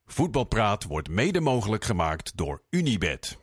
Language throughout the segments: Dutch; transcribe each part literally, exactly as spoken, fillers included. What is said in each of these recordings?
Voetbalpraat wordt mede mogelijk gemaakt door Unibet.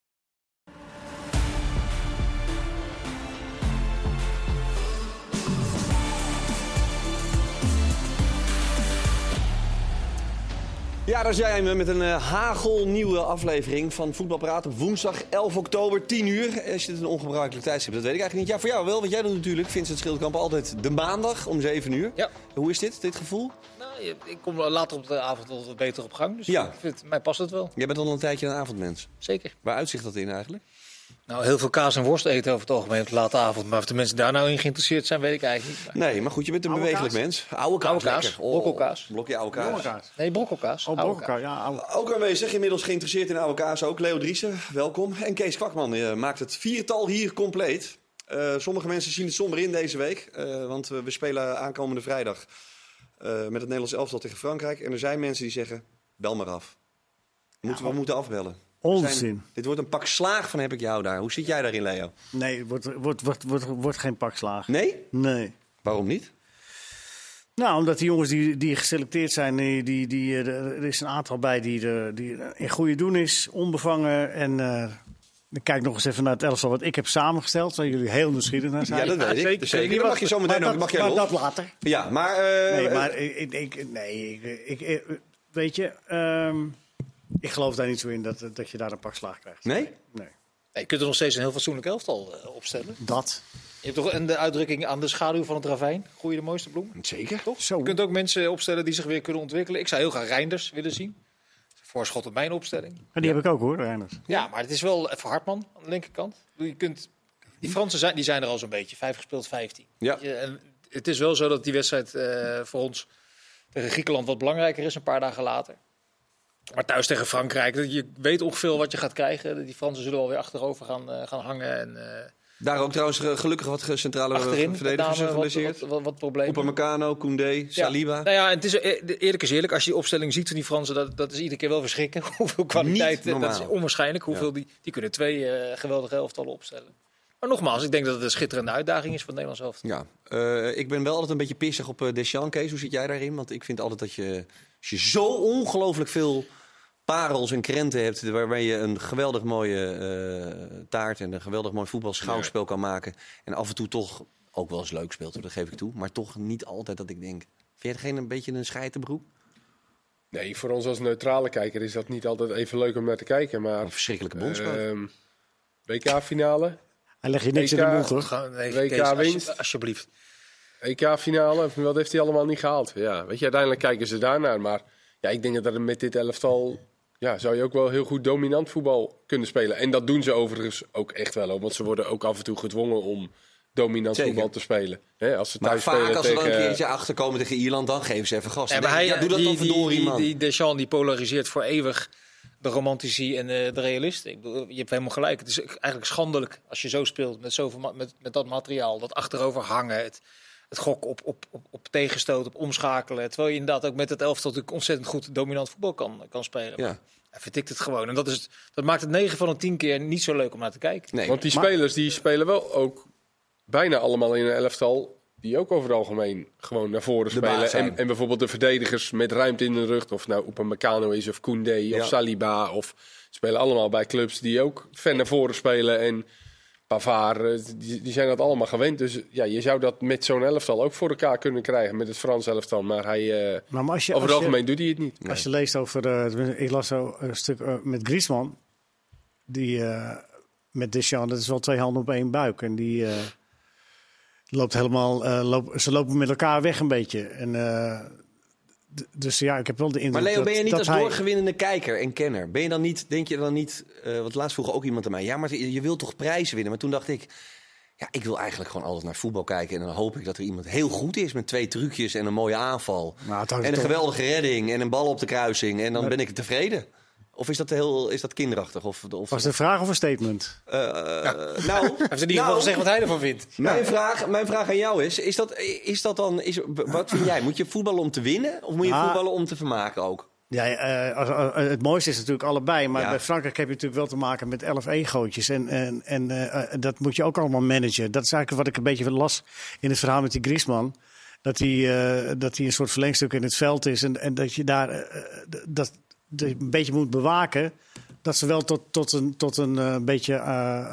Ja, daar zijn we met een uh, hagelnieuwe aflevering van Voetbalpraat op woensdag elf oktober, tien uur. Is dit een ongebruikelijk tijdstip? Dat weet ik eigenlijk niet. Ja, voor jou wel, want jij doet natuurlijk, Vincent Schildkamp, altijd de maandag om zeven uur. Ja. Hoe is dit, dit gevoel? Nou, ik kom later op de avond wel wat beter op gang, dus Ja. ik vind, mij past het wel. Jij bent al een tijdje een avondmens. Zeker. Waar uitzicht dat in eigenlijk? Nou, heel veel kaas en worst eten over het algemeen op de late avond. Maar of de mensen daar nou in geïnteresseerd zijn, weet ik eigenlijk niet. Nee, maar goed, je bent een Oude bewegelijk kaas? mens. Oude kaas, Oude kaas, lekker. Oh, brokkelkaas. Blokje oude kaas. Jonge kaas. Nee, brokkelkaas. Oh, Oude brokkelkaas, ja. Oude. Ook aanwezig, inmiddels geïnteresseerd in oude kaas ook. Leo Driessen, welkom. En Kees Kwakman uh, maakt het viertal hier compleet. Uh, sommige mensen zien het somber in deze week. Uh, want we, we spelen aankomende vrijdag uh, met het Nederlands elftal tegen Frankrijk. En er zijn mensen die zeggen, bel maar af. Moeten, Ja, we moeten afbellen. Onzin. Zijn, dit wordt een pak slaag van heb ik jou daar. Hoe zit jij daarin, Leo? Nee, het wordt, wordt, wordt, wordt, wordt geen pakslaag. Nee? Nee. Waarom niet? Nou, omdat die jongens die, die geselecteerd zijn, die, die, die, er is een aantal bij die, die, die in goede doen is, onbevangen. En uh, ik kijk nog eens even naar het elftal wat ik heb samengesteld, waar jullie heel nieuwsgierig naar zijn. Ja, dat weet ik. zeker. Dus zeker. Dan mag je zo meteen maar nog. dat, Mag jij maar nog? dat later. Ja, maar... Uh, Nee, maar ik, ik, nee, ik, ik, ik, weet je, um, ik geloof daar niet zo in dat, dat je daar een pak slaag krijgt. Nee? Nee. Nee, je kunt er nog steeds een heel fatsoenlijk elftal uh, opstellen. Dat. Je hebt toch een de uitdrukking aan de schaduw van het ravijn. Groei de mooiste bloem. Zeker. Toch? Zo. Je kunt ook mensen opstellen die zich weer kunnen ontwikkelen. Ik zou heel graag Reinders willen zien. Voorschot op mijn opstelling. Maar die heb ik ook hoor, Reiners. Ja, maar het is wel even Hartman aan de linkerkant. Je kunt, die Fransen zijn, die zijn er al zo'n beetje. Vijf gespeeld, vijftien. Ja. Je, en het is wel zo dat die wedstrijd uh, voor ons tegen Griekenland wat belangrijker is, een paar dagen later. Maar thuis tegen Frankrijk, je weet ongeveer wat je gaat krijgen. Die Fransen zullen wel weer achterover gaan, uh, gaan hangen. En, uh, Daar ook trouwens gelukkig wat centrale achterin verdedigers wat, geblesseerd. wat, wat, wat problemen. Upamecano, Koundé, Saliba. Ja. Nou ja, het is, eerlijk is eerlijk, als je die opstelling ziet van die Fransen, dat, dat is iedere keer wel verschrikken. Hoeveel kwaliteit, Niet dat is onwaarschijnlijk. Hoeveel Ja. die, die kunnen twee uh, geweldige elftallen opstellen. Maar nogmaals, ik denk dat het een schitterende uitdaging is voor het Nederlands elftal. Ja, uh, ik ben wel altijd een beetje pissig op uh, Deschamps. Kees, hoe zit jij daarin? Want ik vind altijd dat je, als je zo ongelooflijk veel parels en krenten hebt, waarbij je een geweldig mooie uh, taart en een geweldig mooi voetbalschouwspel kan maken. En af en toe toch ook wel eens leuk speelt, dat geef ik toe. Maar toch niet altijd dat ik denk, vind je geen een beetje een scheitenbroek? Nee, voor ons als neutrale kijker is dat niet altijd even leuk om naar te kijken. Maar Een verschrikkelijke bondscoach. uh, W K-finale, Hij legt je niks E K in de mond, hoor. Gewoon, nee, W K Kees, winst. alsje- alsjeblieft. E K-finale, wat heeft hij allemaal niet gehaald? Ja, weet je, uiteindelijk kijken ze daarnaar. Maar ja, ik denk dat er met dit elftal ja, zou je ook wel heel goed dominant voetbal kunnen spelen. En dat doen ze overigens ook echt wel, hoor, want ze worden ook af en toe gedwongen om dominant Zeker. voetbal te spelen. He, als ze Maar thuis vaak spelen als ze dan tegen... een keertje achterkomen tegen Ierland, dan geven ze even gas. Ja, Dan maar denk hij, ik, ja, doe dat die, dan verdorie, die, man. die Deschamps die polariseert voor eeuwig de romantici en uh, de realisten. Ik bedoel, je hebt helemaal gelijk. Het is eigenlijk schandelijk als je zo speelt met, zoveel ma- met, met dat materiaal. Dat achterover hangen, het, het gok op, op, op, op tegenstoot, op omschakelen. Terwijl je inderdaad ook met het elftal natuurlijk ontzettend goed dominant voetbal kan, kan spelen. Ja. Hij vertikt het gewoon. En dat, is het, dat maakt het negen van de tien keer niet zo leuk om naar te kijken. Nee. Want die Maar- spelers die spelen wel ook bijna allemaal in een elftal die ook over het algemeen gewoon naar voren De baas spelen. zijn. En, en bijvoorbeeld de verdedigers met ruimte in de rug, of nou Upamecano is of Koundé Ja. of Saliba, of spelen allemaal bij clubs die ook ver naar voren spelen. En Pavard, eh, die, die zijn dat allemaal gewend. Dus ja, je zou dat met zo'n elftal ook voor elkaar kunnen krijgen met het Frans elftal. Maar hij, uh, Maar als je, over het als je- algemeen doet hij het niet. Als je leest over, uh, ik las zo een stuk uh, met Griezmann, die uh, met Deschamps, dat is wel twee handen op één buik. En die uh, loopt helemaal, uh, loop, ze lopen met elkaar weg een beetje. En, uh, d- dus ja, ik heb wel de indruk Maar Leo, dat, ben je niet dat als hij... doorgewinnende kijker en kenner? Ben je dan niet, denk je dan niet, uh, want laatst vroeg ook iemand aan mij, ja, maar je wilt toch prijzen winnen? Maar toen dacht ik, ja, ik wil eigenlijk gewoon altijd naar voetbal kijken en dan hoop ik dat er iemand heel goed is met twee trucjes en een mooie aanval. Nou, het hangt En een toch- geweldige redding en een bal op de kruising en dan Maar- ben ik tevreden. Of is dat heel, is dat kinderachtig? Of, of, Was het een vraag of een statement? uh, nou, Hij heeft in ieder geval nou, gezegd wat hij ervan vindt. Mijn, vraag, mijn vraag aan jou is, is dat, is dat dan, is, wat vind jij? Moet je voetballen om te winnen of moet je Ah. voetballen om te vermaken ook? Ja, uh, als- als- het mooiste is natuurlijk allebei. Maar Ja. bij Frankrijk heb je natuurlijk wel te maken met elf egootjes. En, en, en uh, dat moet je ook allemaal managen. Dat is eigenlijk wat ik een beetje las in het verhaal met die Griezmann. Dat hij, uh, dat hij een soort verlengstuk in het veld is. En, en dat je daar... Uh, dat, de, een beetje moet bewaken. Dat ze wel tot, tot een, tot een uh, beetje uh,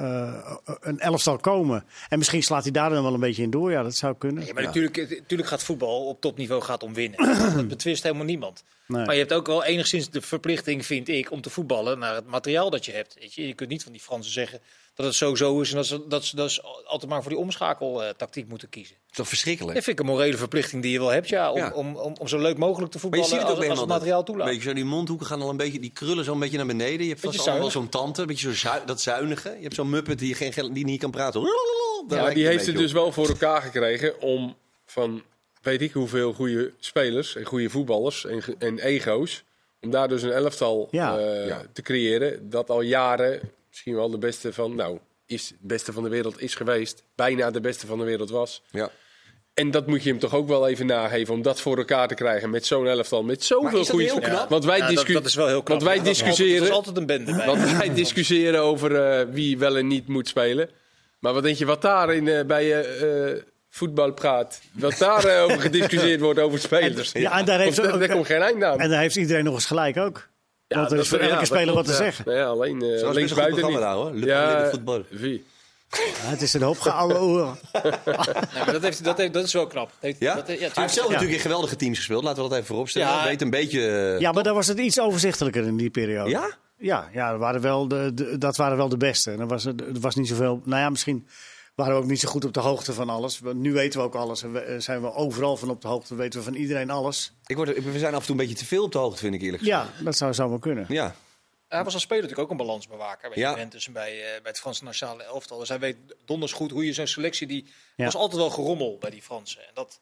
uh, een elftal komen. En misschien slaat hij daar dan wel een beetje in door. Ja, dat zou kunnen. Ja, maar Ja. natuurlijk, natuurlijk gaat voetbal op topniveau gaat om winnen. Dat betwist helemaal niemand. Nee. Maar je hebt ook wel enigszins de verplichting, vind ik, om te voetballen naar het materiaal dat je hebt. Weet je, je kunt niet van die Fransen zeggen dat het zo zo is en dat ze, dat ze, dat ze altijd maar voor die omschakeltactiek moeten kiezen. Dat is toch verschrikkelijk? Dat vind ik een morele verplichting die je wel hebt, ja, om, Ja. om, om, om zo leuk mogelijk te Maar je voetballen ziet het ook als, als helemaal het dat- materiaal toelaat. Weet je, zo die mondhoeken gaan al een beetje, die krullen zo een beetje naar beneden. Je hebt Beetje vast allemaal zuinig. zo'n tante, een beetje zo zui- dat zuinige. Je hebt zo'n muppet die, geen, gel- die niet kan praten. Daar Ja, lijkt die een heeft het beetje dus wel voor elkaar gekregen om van weet ik hoeveel goede spelers en goede voetballers en, ge- en ego's. Om daar dus een elftal Ja. eh, Ja. te creëren. Dat al jaren misschien wel de beste van, nou, is het beste van de wereld is geweest. Bijna de beste van de wereld was. op. Ja. En dat moet je hem toch ook wel even nageven om dat voor elkaar te krijgen met zo'n elftal. Met zoveel Maar is dat goede heel spelers. knap? Want wij, Ja, dat, discu- dat is wel heel knap. want wij Ja, dat is altijd- discussiëren. Dat is altijd een bende bij. Want wij discussiëren over eh, wie wel en niet moet spelen. Maar wat denk je wat daar in, eh, bij je eh, voetbal praat? Wat daar eh, over gediscussieerd wordt over spelers. Ja, en daar heeft Want ook- daar komt geen eind aan. En daar heeft iedereen nog eens gelijk ook. Ja, Want er dat- is voor ja, elke dat speler klopt, wat te ja. zeggen. Nou ja, alleen uh, best een links goed buiten niet. programma daar, hoor. Le Ja, Parler de Voetbal. wie? Ja, het is een hoop geouwe oren. Nee, maar dat, heeft, dat, heeft, dat is wel knap. Dat heeft, Ja? dat, ja, Hij heeft tuurlijk. zelf Ja. natuurlijk in geweldige teams gespeeld. Laten we dat even vooropstellen. Ja. Hij weet een beetje... eh, Ja, maar daar was het iets overzichtelijker in die periode. Ja? Ja, ja dat, waren wel de, de- dat waren wel de beste. En er was, er was niet zoveel... Nou ja, misschien waren we ook niet zo goed op de hoogte van alles. Want nu weten we ook alles. En we, eh, zijn we overal van op de hoogte. Weten we van iedereen alles. Ik word, we zijn af en toe een beetje te veel op de hoogte, vind ik eerlijk gezegd. Ja, dat zou, zou wel kunnen. Ja. Hij was als speler natuurlijk ook een balansbewaker bij Ja. Juventus en bij, uh, bij het Franse nationale elftal. Dus hij weet donders goed hoe je zo'n selectie... die Ja. was altijd wel gerommel bij die Fransen. En dat,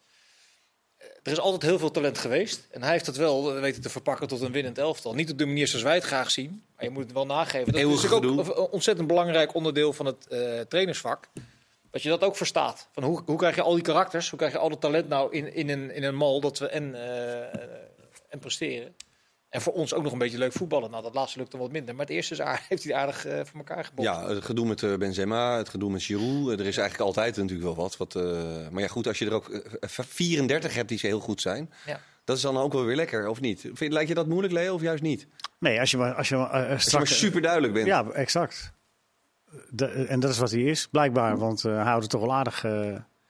uh, er is altijd heel veel talent geweest. En hij heeft het wel uh, weten te verpakken tot een winnend elftal. Niet op de manier zoals wij het graag zien. Maar je moet het wel nageven. Dat Eeuwig is natuurlijk ook gedoe. een ontzettend belangrijk onderdeel van het uh, trainersvak. Dat je dat ook verstaat. Van hoe, hoe krijg je al die karakters, hoe krijg je al dat talent nou in, in, een, in een mal dat we en, uh, en presteren. En voor ons ook nog een beetje leuk voetballen. Nou, dat laatste lukt dan wat minder. Maar het eerste is aardig, heeft hij aardig uh, voor elkaar gebonden. Ja, het gedoe met uh, Benzema, het gedoe met Giroud. Er is eigenlijk altijd natuurlijk wel wat. wat uh, maar ja, goed, als je er ook uh, vierendertig hebt die ze heel goed zijn. Ja. Dat is dan ook wel weer lekker, of niet? Vind, lijkt je dat moeilijk, Leo, of juist niet? Nee, als je maar, als je maar, uh, Als je maar straks... super duidelijk bent. Ja, exact. De, en dat is wat hij is, blijkbaar. Want uh, hij houdt het toch wel aardig... Uh,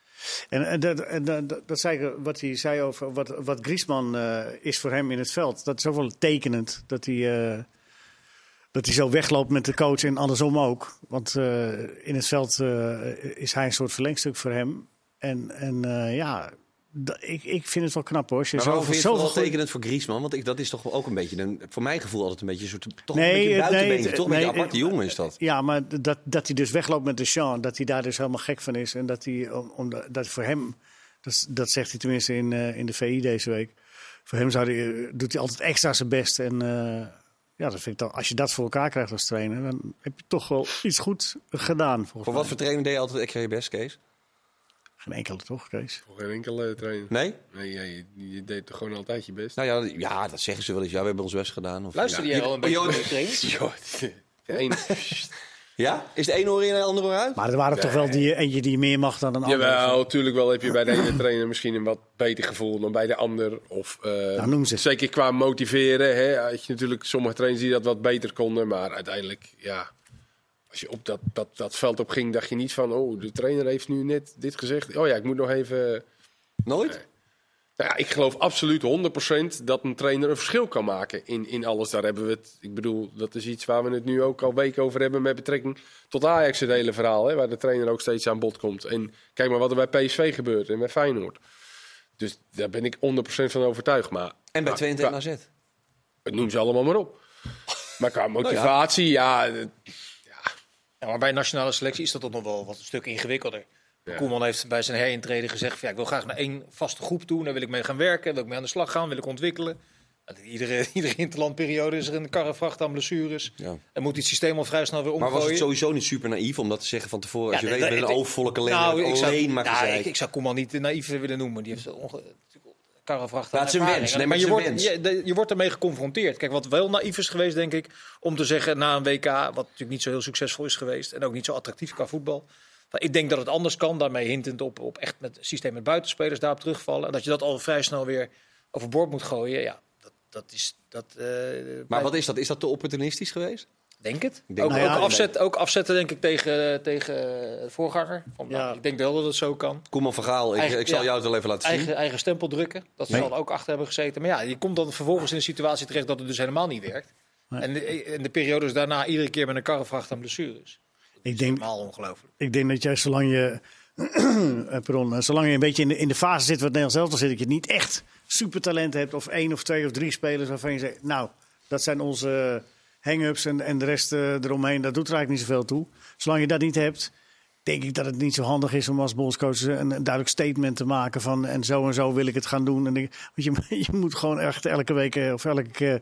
En, en, dat, en dat, dat zei ik, wat hij zei over wat, wat Griezmann uh, is voor hem in het veld. Dat is ook wel tekenend. Dat hij, uh, dat hij zo wegloopt met de coach en andersom ook. Want uh, in het veld uh, is hij een soort verlengstuk voor hem. En, en uh, ja, d- ik, ik vind het wel knap hoor. Als je Maar zo, waarom vind je het zoveel vooral goeie- tekenend voor Griezmann? Want ik, dat is toch ook een beetje, een, voor mijn gevoel altijd een beetje een soort, toch Nee, een beetje een het- buitenbeentje. nee, toch een nee, beetje een aparte het- jongen is dat. Ja, maar dat, dat hij dus wegloopt met Deschamps, dat hij daar dus helemaal gek van is. En dat hij, om, om, dat voor hem, dat, is- dat zegt hij tenminste in, uh, in de V I deze week. Voor hem zou hij, uh, doet hij altijd extra zijn best. En uh, ja, dat vind ik dan, als je dat voor elkaar krijgt als trainer, dan heb je toch wel iets goed gedaan. Volgens Voor mij. wat voor trainer deed je altijd extra je best, Kees? Geen enkele toch, Kees? Voor geen enkele trainer. Nee? Nee, ja, je, je deed toch gewoon altijd je best. Nou ja, ja, dat zeggen ze wel eens. Ja, we hebben ons best gedaan. Of, Luister ja. jij al een beetje Oh, naar joh. de training? Joh, één. Ja? Is de een oor in en de andere oor uit? Maar er waren toch wel die, eentje die meer mag dan een ander. Jawel, natuurlijk wel heb je bij de ene trainer misschien een wat beter gevoel dan bij de ander. Of, uh, Nou, noem ze. Zeker qua motiveren. Hè, had je natuurlijk sommige trainers die dat wat beter konden. Maar uiteindelijk, ja, als je op dat, dat, dat veld op ging, dacht je niet van... Oh, de trainer heeft nu net dit gezegd. Oh ja, ik moet nog even... Nooit? Nou ja, ik geloof absoluut honderd procent dat een trainer een verschil kan maken in, in alles. Daar hebben we het. Ik bedoel, dat is iets waar we het nu ook al weken over hebben met betrekking tot Ajax, het hele verhaal. Hè, waar de trainer ook steeds aan bod komt. En kijk maar wat er bij P S V gebeurt en bij Feyenoord. Dus daar ben ik honderd procent van overtuigd. Maar, En bij maar, Twente en qua- A Z. noem ze allemaal maar op. Maar qua motivatie, ja... eh, Ja, maar bij een nationale selectie is dat toch nog wel wat een stuk ingewikkelder. Ja. Koeman heeft bij zijn herintrede gezegd... Van, ja, ik wil graag naar één vaste groep toe. Daar wil ik mee gaan werken, wil ik mee aan de slag gaan, wil ik ontwikkelen. Iedere, iedere interlandperiode is er een karrevracht aan blessures. Ja. En moet het systeem al vrij snel weer Maar omgooien. was het sowieso niet super naïef om dat te zeggen van tevoren? Als Ja, je nee, weet, nee, met een ik- overvolle kalender, Nou, ik alleen zou, maar ja, gezeik. ik, ik zou Koeman niet naïef willen noemen. Die heeft onge- karrevracht aan Ja, het is een ervaring. wens. Nee, maar maar je het is wordt, een wens. je, de- je wordt ermee geconfronteerd. Kijk, wat wel naïef is geweest, denk ik... om te zeggen na een W K, wat natuurlijk niet zo heel succesvol is geweest... en ook niet zo attractief qua voetbal... Ik denk dat het anders kan, daarmee hintend op, op echt met een systeem met buitenspelers daarop terugvallen. En dat je dat al vrij snel weer overboord moet gooien. Ja, dat, dat is... Dat, uh, Maar bij... wat is dat? Is dat te opportunistisch geweest? Denk het. Ik denk ook, nou ja, ook, afzet, ook afzetten denk ik tegen, tegen de voorganger. Van, Ja. nou, ik denk wel dat het zo kan. Koeman van Gaal, ik, Eigen- ik zal ja. jou het wel even laten zien. Eigen, eigen stempel drukken. Dat Nee. zal er ook achter hebben gezeten. Maar ja, je komt dan vervolgens in een situatie terecht dat het dus helemaal niet werkt. Nee. En, de, en de periodes daarna iedere keer met een karrevracht aan blessures. Ik denk, Helemaal ongelooflijk. ik denk dat jij zolang je, eh, pardon, eh, zolang je een beetje in de, in de fase zit wat Nederland zelf zit, dat je niet echt supertalent hebt of één of twee of drie spelers waarvan je zegt, nou, dat zijn onze hang-ups en, en de rest uh, eromheen, dat doet er eigenlijk niet zoveel toe. Zolang je dat niet hebt, denk ik dat het niet zo handig is om als bondscoach een, een duidelijk statement te maken van en zo en zo wil ik het gaan doen. En ik, want je, je moet gewoon echt elke week uh, of elke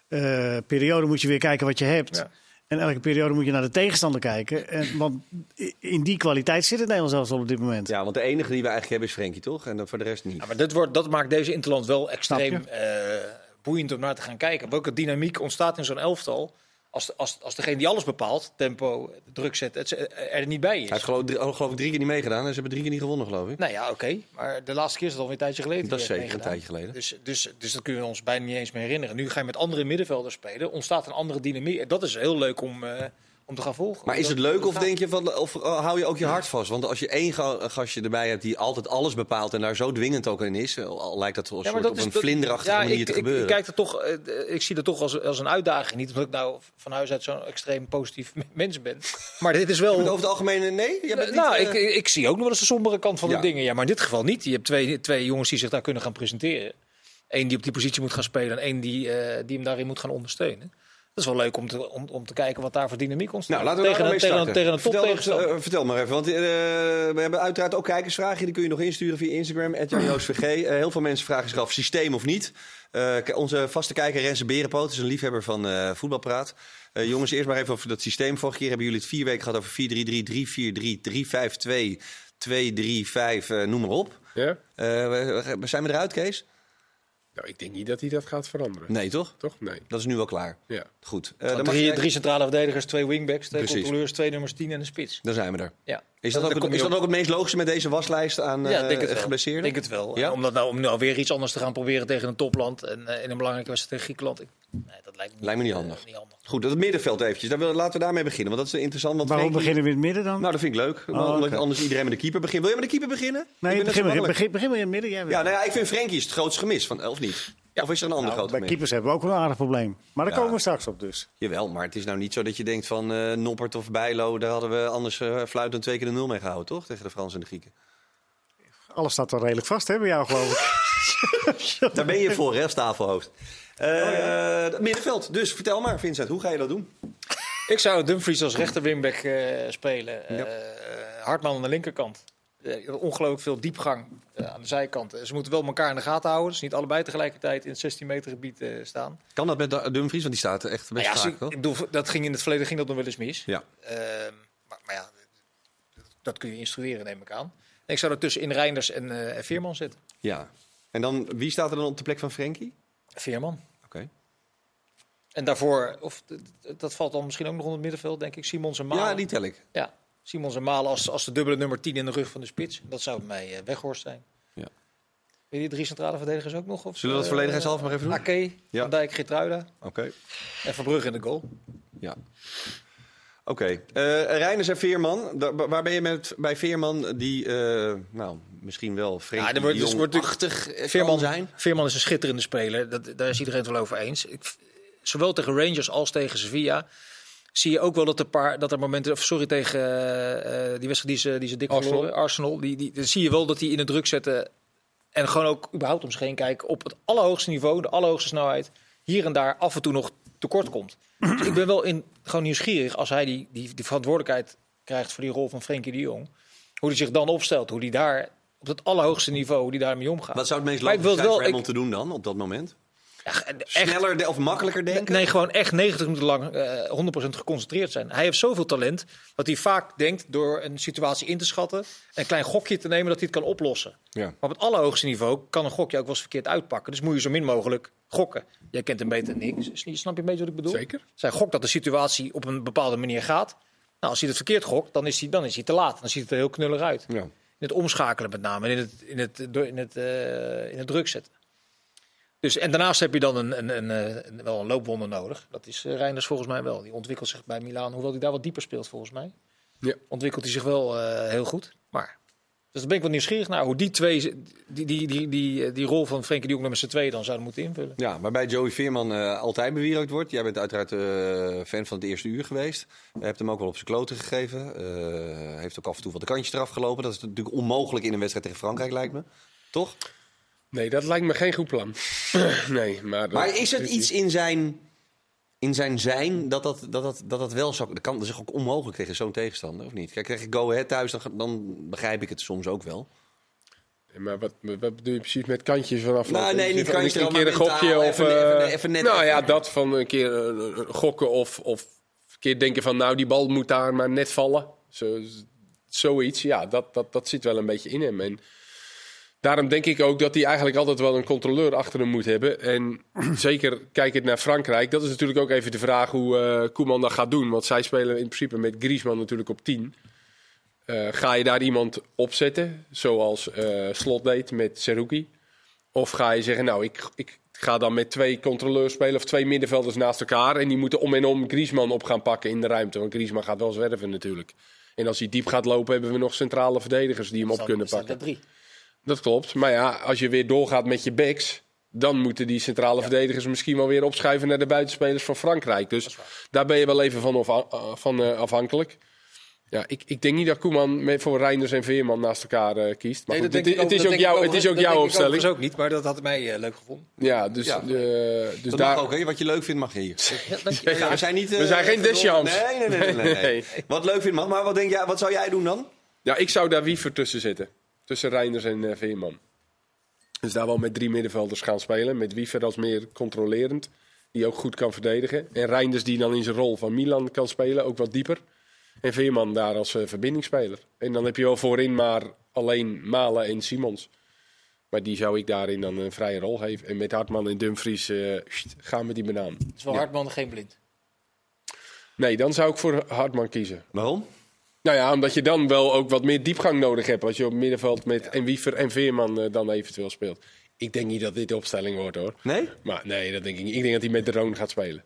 uh, periode moet je weer kijken wat je hebt. Ja. En elke periode moet je naar de tegenstander kijken. En, want in die kwaliteit zit het Nederland zelfs al op dit moment. Ja, want de enige die we eigenlijk hebben is Frenkie, toch? En dan voor de rest niet. Ja, maar dit wordt, dat maakt deze interland wel extreem uh, boeiend om naar te gaan kijken. Welke dynamiek ontstaat in zo'n elftal als, als, als degene die alles bepaalt, tempo, druk zetten, er niet bij is. Hij heeft geloof, drie, geloof ik drie keer niet meegedaan en ze hebben drie keer niet gewonnen, geloof ik. Nou ja, oké. Okay. Maar de laatste keer is het alweer een tijdje geleden. Dat is zeker meegedaan. een tijdje geleden. Dus, dus, dus dat kunnen we ons bijna niet eens meer herinneren. Nu ga je met andere middenvelders spelen. Ontstaat een andere dynamiek. Dat is heel leuk om, uh, om te gaan volgen. Maar is dat, het leuk of gaat... denk je van, of uh, hou je ook je hart vast? Want als je één ga, gastje erbij hebt die altijd alles bepaalt en daar zo dwingend ook in is, al lijkt dat, ja, dat op een vlinderachtige ja, manier ik, te ik, gebeuren. Ik, kijk er toch, uh, ik zie dat toch als, als een uitdaging. Niet omdat ik nou van huis uit zo'n extreem positief mens ben. Maar dit is wel... Over het algemeen nee? Je bent nou, niet, uh... ik, ik zie ook nog wel eens de sombere kant van ja. de dingen. Ja, maar in dit geval niet. Je hebt twee, twee jongens die zich daar kunnen gaan presenteren. Eén die op die positie moet gaan spelen en één die, uh, die hem daarin moet gaan ondersteunen. Dat is wel leuk om te, om, om te kijken wat daar voor dynamiek ontstaat. Nou, laten we tegen, daar een, mee tegen, tegen een top vertel, tegenstander. uh, vertel maar even, want uh, we hebben uiteraard ook kijkersvragen. Die kun je nog insturen via Instagram, at Jan Joost V G. Uh, heel veel mensen vragen zich af, systeem of niet. Uh, onze vaste kijker Renze Berenpoot is een liefhebber van uh, Voetbalpraat. Uh, jongens, eerst maar even over dat systeem. Vorige keer hebben jullie het vier weken gehad over vier drie drie, drie vier drie, drie vijf twee, twee drie vijf, uh, noem maar op. Ja? Uh, we, zijn we eruit, Kees? Nou, ik denk niet dat hij dat gaat veranderen. Nee, toch? Toch? Nee. Dat is nu wel klaar. Ja. Goed. Uh, dan drie, jij... drie centrale verdedigers, twee wingbacks, twee Precies. controleurs, twee nummers tien en een spits. Dan zijn we er. Ja. Is dat, Dan ook, kom het, je is dat op- ook het meest logische met deze waslijst aan uh, Ja, denk het wel. geblesseerden? Denk het wel. Ja? Om, dat nou, om nu alweer iets anders te gaan proberen tegen een topland en uh, in een belangrijke wedstrijd tegen Griekenland. Ik, nee, dat lijkt me, Lijkt me niet uh, handig. niet handig. Goed, dat het middenveld eventjes. Daar wil, laten we daarmee beginnen, want dat is interessant. Want Waarom Frenkie- beginnen we in het midden dan? Nou, dat vind ik leuk. Oh, Omdat oké. anders iedereen met de keeper begint. Wil je met de keeper beginnen? Ik nee, ben net begin, zo maar, makkelijk. begin, begin maar in het midden. Jij Ja, nou ja, ik vind Frenkie is het grootste gemis, van, of niet? Ja. Of is er een ander Nou, groot bij gemis? keepers hebben we ook wel een aardig probleem. Maar daar Ja. komen we straks op dus. Jawel, maar het is nou niet zo dat je denkt van uh, Noppert of Bijlo, daar hadden we anders uh, fluitend twee keer de nul mee gehouden, toch? Tegen de Fransen en de Grieken. Alles staat wel redelijk vast, hè, bij jou geloof ik. Daar ben je voor, hè, als tafelhoofd. Uh, oh, ja. Het middenveld. Dus vertel maar, Vincent, hoe ga je dat doen? Ik zou Dumfries als rechter wingback uh, spelen. Uh, Ja. Hartman aan de linkerkant. Uh, ongelooflijk veel diepgang uh, aan de zijkant. Uh, ze moeten wel elkaar in de gaten houden. Dus niet allebei tegelijkertijd in het zestien meter gebied uh, staan. Kan dat met Dumfries? Want die staat echt best Nou ja, vaak, ze- toch? ik bedoel, dat ging in het verleden ging dat nog wel eens mis. Ja. Uh, maar, maar ja, dat kun je instrueren, neem ik aan. En ik zou er tussenin Reinders en, uh, en Veerman zetten. Ja. En dan, wie staat er dan op de plek van Frenkie? Veerman. Oké. En daarvoor, of d- d- dat valt dan misschien ook nog onder het middenveld, denk ik, Simons en Malen. Ja, die tel ik. Ja, Simons en Malen als, als de dubbele nummer tien in de rug van de spits. Dat zou bij mij uh, Weghorst zijn. Ja. Weet je die drie centrale verdedigers ook nog? Of, Zullen we dat uh, volledigheidshalve maar even doen? Ake, Ja. Van Dijk, Geertruida Oké. en Verbrugge in de goal. Ja. Oké. Okay. Uh, Reiners en Veerman. Da- waar ben je met bij Veerman die, uh, nou, misschien wel Frenkie Ja, er wordt- de dus Jong wordt achtig kan Veerman, zijn? Veerman is een schitterende speler. Dat, daar is iedereen het wel over eens. Ik, zowel tegen Rangers als tegen Sevilla zie je ook wel dat er, paar, dat er momenten... Of sorry, tegen uh, die wedstrijd die ze, die ze dik Arsenal. verloren. Arsenal. Die, die, dan zie je wel dat die in de druk zetten. En gewoon ook überhaupt om zich heen kijken. Op het allerhoogste niveau, de allerhoogste snelheid. Hier en daar af en toe nog tekort komt. Dus ik ben wel in, gewoon nieuwsgierig als hij die, die, die verantwoordelijkheid krijgt voor die rol van Frenkie de Jong. Hoe hij zich dan opstelt. Hoe hij daar op het allerhoogste niveau, hoe hij daarmee omgaat. Wat zou het meest Maar ik logisch wil zijn het voor wel- Raymond te doen dan, op dat moment? Ja, echt, Sneller de- of makkelijker denken? Nee, gewoon echt negentig minuten lang uh, honderd procent geconcentreerd zijn. Hij heeft zoveel talent dat hij vaak denkt door een situatie in te schatten, een klein gokje te nemen dat hij het kan oplossen. Ja. Maar op het allerhoogste niveau kan een gokje ook wel eens verkeerd uitpakken. Dus moet je zo min mogelijk gokken. Jij kent hem beter dan ik. Snap je een beetje wat ik bedoel? Zeker. Zij gokt dat de situatie op een bepaalde manier gaat. Nou, als hij het verkeerd gokt, dan is hij, dan is hij te laat. Dan ziet het er heel knullig uit. Ja. In het omschakelen met name. En in het, in het, in het, uh, in het druk zetten. Dus, en daarnaast heb je dan een, een, een, een, wel een loopwonder nodig. Dat is uh, Reinders volgens mij wel. Die ontwikkelt zich bij Milaan, hoewel hij daar wat dieper speelt volgens mij. Ja. Ontwikkelt hij zich wel uh, heel goed. Maar, dus daar ben ik wel nieuwsgierig naar. Hoe die twee, die, die, die, die, die rol van Frenkie de Jong met z'n tweeën dan zouden moeten invullen. Ja, waarbij Joey Veerman uh, altijd bewierookt wordt. Jij bent uiteraard uh, fan van het eerste uur geweest. Je hebt hem ook wel op zijn kloten gegeven. Uh, heeft ook af en toe wat de kantjes eraf gelopen. Dat is natuurlijk onmogelijk in een wedstrijd tegen Frankrijk, lijkt me. Toch? Nee, dat lijkt me geen goed plan. nee, maar, maar is het iets in zijn, in zijn zijn dat dat, dat, dat, dat, dat wel zou... Dat, kan, dat is ook onmogelijk tegen zo'n tegenstander, of niet? Kijk, krijg je Go Ahead thuis, dan, dan begrijp ik het soms ook wel. Nee, maar wat, wat bedoel je precies met kantjes vanaf? Nou, nee, niet kantjes. Een, een keer een gokje of... Even, uh, even, even net nou even. ja, dat van een keer uh, gokken of, of een keer denken van... Nou, die bal moet daar maar net vallen. Zo, zoiets, ja, dat, dat, dat zit wel een beetje in hem. En daarom denk ik ook dat hij eigenlijk altijd wel een controleur achter hem moet hebben. En zeker kijkend naar Frankrijk, dat is natuurlijk ook even de vraag hoe uh, Koeman dat gaat doen. Want zij spelen in principe met Griezmann natuurlijk op tien. Uh, ga je daar iemand opzetten, zoals uh, Slot deed met Seruki? Of ga je zeggen, nou, ik, ik ga dan met twee controleurs spelen of twee middenvelders naast elkaar. En die moeten om en om Griezmann op gaan pakken in de ruimte. Want Griezmann gaat wel zwerven natuurlijk. En als hij diep gaat lopen, hebben we nog centrale verdedigers die hem op kunnen pakken. Drie. Dat klopt. Maar ja, als je weer doorgaat met je backs, dan moeten die centrale ja. verdedigers misschien wel weer opschuiven naar de buitenspelers van Frankrijk. Dus daar ben je wel even van, af, van uh, afhankelijk. Ja, ik, ik denk niet dat Koeman met, voor Reinders en Veerman naast elkaar uh, kiest. Maar nee, goed, het, ook, het is ook, jou, het is ook jouw opstelling. Dat is ook niet, maar dat had mij uh, leuk gevonden. Ja, dus, ja. Uh, dus dat daar... mag ook, hè? Wat je leuk vindt mag je hier. Ja, ja, we zijn, niet, uh, we zijn geen Deschamps. Nee, nee, nee, nee, nee, nee. Wat leuk vindt mag. Maar wat, denk jij, wat zou jij doen dan? Ja, ik zou daar Wiever tussen zetten. Tussen Reinders en uh, Veerman. Dus daar wel met drie middenvelders gaan spelen. Met Wiever als meer controlerend. Die ook goed kan verdedigen. En Reinders die dan in zijn rol van Milan kan spelen. Ook wat dieper. En Veerman daar als uh, verbindingsspeler. En dan heb je wel voorin maar alleen Malen en Simons. Maar die zou ik daarin dan een vrije rol geven. En met Hartman en Dumfries uh, gaan we die banaan. Het is wel ja. Hartman geen Blind. Nee, dan zou ik voor Hartman kiezen. Waarom? Nou ja, omdat je dan wel ook wat meer diepgang nodig hebt. Als je op het middenveld met ja. en Wiever en Veerman uh, dan eventueel speelt. Ik denk niet dat dit de opstelling wordt, hoor. Nee? Maar nee, dat denk ik niet. Ik denk dat hij met de Roon gaat spelen.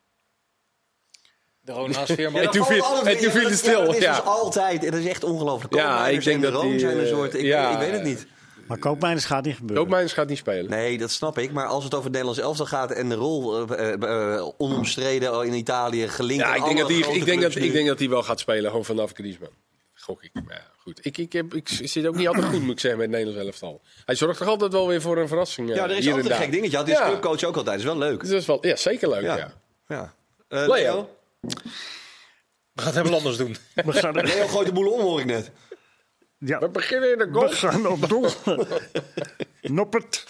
De Roon naast Veerman. Ja, en toen viel, en toen viel het stil. Ja, dat is ja. dus altijd. Dat is echt ongelooflijk. Ja, ik denk de dat Roon die, zijn een soort... Ik, ja, ik weet het niet. Maar Koopmeiners gaat niet gebeuren. Koopmeiners gaat niet spelen. Nee, dat snap ik. Maar als het over het Nederlands elftal gaat en de rol uh, uh, uh, onomstreden in Italië gelinkt... Ja, ik aan denk, dat alle die, grote ik, denk dat, clubs ik nu. denk dat hij wel gaat spelen, gewoon vanaf Griezmann. Gok ik. Maar ja, goed. Ik, ik, heb, ik zit ook niet altijd goed, moet ik zeggen, met het Nederlands elftal. Hij zorgt toch altijd wel weer voor een verrassing. Uh, Ja, er is hier altijd en een daar. gek dingetje. Had die Ja. clubcoach ook altijd. Dat is wel leuk. Dus dat is wel, ja, zeker leuk, ja. Ja. ja. ja. Uh, Leo. Leo? We gaan het helemaal anders doen. We gaan, Leo gooit de boel om, hoor ik net. ja, We beginnen in de we goal. gaan op doel. Noppert.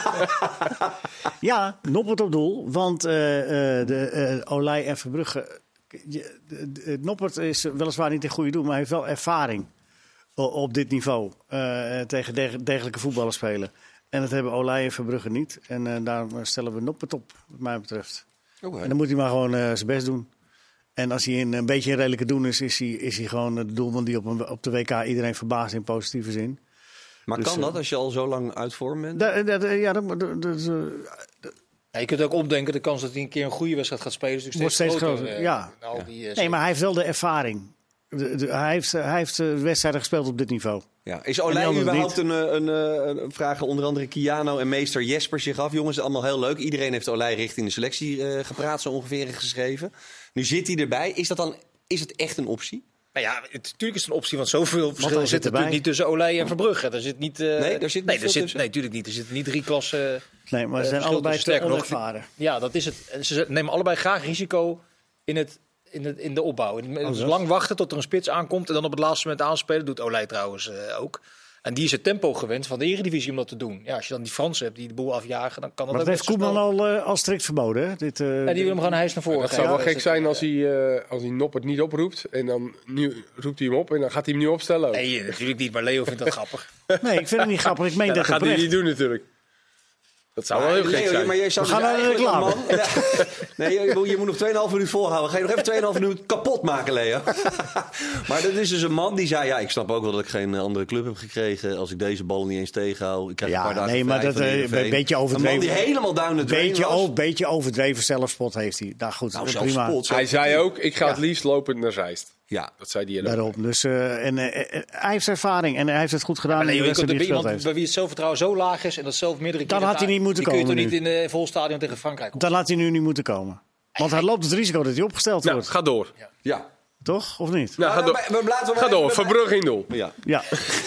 Ja, Noppert op doel. Want uh, uh, de uh, Olij en Verbrugge... Je, de, de, Noppert is weliswaar niet een goede doel, maar hij heeft wel ervaring o, op dit niveau. Uh, tegen deg, degelijke voetballers spelen. En dat hebben Olij en Verbrugge niet. En uh, daarom stellen we Noppert op, wat mij betreft. Okay. En dan moet hij maar gewoon uh, zijn best doen. En als hij in, een beetje een redelijke doen is, is hij, is hij gewoon de doelman die op, een, op de W K iedereen verbaast in positieve zin. Maar Dus, kan dat als je al zo lang uit vorm bent? Da, da, da, ja, dat, dat, dat, Ja, je kunt ook opdenken, de kans dat hij een keer een goede wedstrijd gaat spelen is natuurlijk Wordt steeds, steeds groter. groter, ja. eh, al die, eh, nee, maar hij heeft wel de ervaring. De, de, hij heeft, hij heeft uh, wedstrijden gespeeld op dit niveau. Ja. Is En Olij die anderen überhaupt een, een, een, een vragen onder andere Kiano en meester Jesper zich af? Jongens, allemaal heel leuk. Iedereen heeft Olij richting de selectie uh, gepraat, zo ongeveer geschreven. Nu zit hij erbij. Is dat dan, is het echt een optie? Nou ja, het, natuurlijk is het een optie, want zoveel verschil hij zit zit er natuurlijk erbij. niet tussen Olij en Verbrugge. Er zit niet, uh, Nee, daar zit niet nee, veel er zit, tussen. nee, natuurlijk niet. Er zitten niet drie klassen. Nee, maar ze Uh, zijn verschil allebei tussen te sterker nog, onervaren. Ja, dat is het. En ze nemen allebei graag risico in, het, in, het, in de opbouw. In, Oh, dus dat? lang wachten tot er een spits aankomt en dan op het laatste moment aanspelen. Doet Olij trouwens uh, ook. En die is het tempo gewend van de Eredivisie om dat te doen. Ja, als je dan die Fransen hebt die de boel afjagen, dan kan dat Maar ook dat heeft best wel Koeman snel. al, uh, al strikt verboden, hè? Dit, uh, Ja, die willen hem gewoon een huis naar voren Dat geven. zou wel Dus gek het, zijn als hij, uh, als hij Noppert niet oproept. En dan nu roept hij hem op en dan gaat hij hem nu opstellen. ook. Nee, natuurlijk niet, maar Leo vindt dat grappig. Nee, ik vind het niet grappig. Ik meen Ja, dat dat gaat hij oprecht. niet doen natuurlijk. Dat zou wel heel gek Leo, zijn. maar jij zou We gaan dus naar de eigenlijk reclame. een man- Nee, je, moet- je moet nog twee komma vijf minuut volhouden. Ga je nog even twee komma vijf minuut kapot maken, Leo. Maar dat is dus een man die zei... Ja, ik snap ook wel dat ik geen andere club heb gekregen. Als ik deze bal niet eens tegenhoud. Ik krijg Ja, een paar dagen nee, maar vrij dat, van eh, Heerenveen. een beetje Een overdreven. man die helemaal down the drain Beetje, was. o- beetje overdreven zelfspot heeft hij. Nou goed, Nou, prima. zelfspot, Hij zelf- zei ook, ik ga het liefst lopend naar Zeist. Ja. Dat zei hij ook. Daarop. Dus, eh, en, eh, eh, hij heeft ervaring en hij heeft het goed gedaan. Maar in nee, de je kunt wedstrijd bij die hij iemand gespeeld bij wie het zelfvertrouwen zo laag is en dat zelf meerdere Dan keren had hij niet moeten die kun je komen toch niet in een vol stadion tegen Frankrijk heeft. Dan laat hij nu niet moeten komen. Want hij loopt het risico dat hij opgesteld Nou, wordt. ga door. Ja. Toch? Of niet? Nou, ga Nou, door. we- we laten we Ga maar door. even- Verbrugge in doel. Ja. Ja.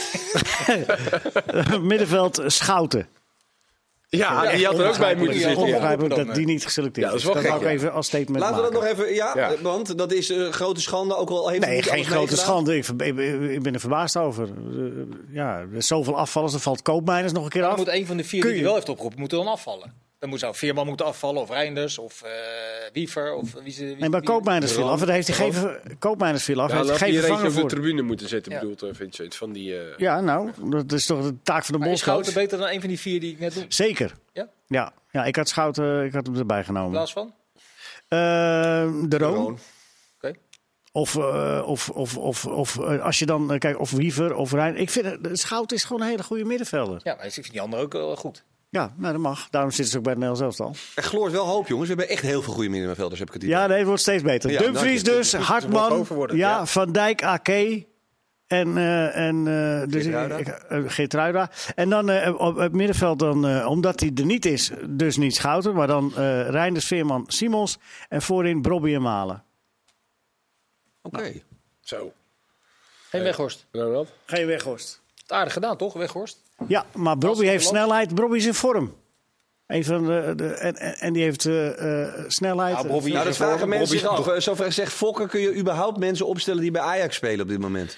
Middenveld Schouten. Ja, die had er ook bij moeten Ja, zitten. Ja. Onbegrijpelijk dan, dat die niet geselecteerd Ja, dat is wel dat gek, wou ik ja. even als statement Laten we dat maken. nog even... Ja, Ja. want dat is een grote schande. Ook al heeft hij Nee, niet geen alles grote meegedaan. schande. Ik, ver- ik- ik ben er verbaasd over. Uh, ja, er is zoveel afvallers. Dan valt Koopmeiners nog een keer Dan af. moet een van de vier Kun die hij je- wel heeft opgeroepen, moeten dan afvallen. Dan moet, zou Veerman moeten afvallen, of Reinders, of uh, Wiever, of wie ze... Wie, Nee, maar wie- Koopmeiners viel af. En daar heeft hij geen, ver- Koopmeiners viel af. Ja, Hij dan heeft had geen hij er eentje vervanger op de voor. tribune moeten zetten, Ja. bedoelt uh, Vincent. Van die, uh... Ja, nou, dat is toch de taak van de Maar is bondscoach. Schouten beter dan een van die vier die ik net noemde? In Zeker. Ja? Ja, ja, ik had Schouten, ik had hem erbij genomen. plaats van? Eh, de Roon. Roon. Oké. Of, eh, of, of, of, of eh, als je dan, eh, kijk, of Wiever of Rijn. Ik vind, het- Schouten is gewoon een hele goede middenvelder. Ja, maar ik vind die andere ook wel goed. Ja, nou, dat mag. Daarom zitten ze ook bij het Nederlands elftal. Er gloort wel hoop, jongens. We hebben echt heel veel goede middenvelders, heb ik het idee. Ja, nee, het wordt steeds beter. Ja, Dumfries dank je. dus, Het moet Hartman, boven worden, ja, ja. Van Dijk, Ake en, eh en eh dus, Geertruida. ik- eh, Geertruida. En dan eh, op het middenveld, dan, eh, omdat hij er niet is, dus niet Schouten. Maar dan eh Reinders, Veerman, Simons en voorin Brobby en Malen. Oké. Zo. Geen Weghorst. Ronald? Geen Weghorst. Het aardig gedaan, toch, Weghorst? Ja, maar Brobby Als- heeft snelheid. Brobby is in vorm. Een van de, de, en, en en die heeft eh, eh, snelheid. Nou, Brobby- Nou, dat Voor- vragen mensen zich Bobby- af. Eh, Zover zegt Fokker, kun je überhaupt mensen opstellen die bij Ajax spelen op dit moment?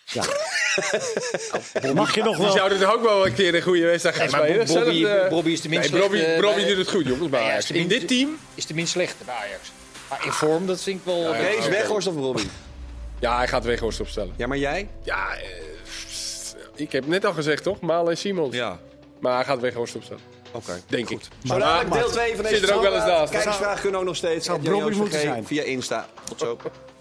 Mag je nog Die wel? zouden toch ook wel een keer een goede wedstrijd gaan Nee, maar spelen? Bobby- Zelf, eh, Bobby is de minst nee, Bobby, slechte Bobby bij- doet het goed, jongens, bij Nee, ja, Ajax. is de In minst- dit team? Is de minst slechte bij Ajax. Maar in vorm, dat vind ik wel... Ja, Kees, oké. Weghorst of Robbie? Ja, hij gaat Weghorst opstellen. Ja, maar jij? Ja, eh, ik heb net al gezegd, toch? Malen en Simons. Ja. Maar hij gaat Weghorst opstellen. Oké. Denk ik. Zo dadelijk deel twee van deze zit er ook wel eens naast. Kijkersvragen kunnen ook nog steeds. Zou at Jan Brobby Joost moeten V G zijn. Via Insta. Tot zo.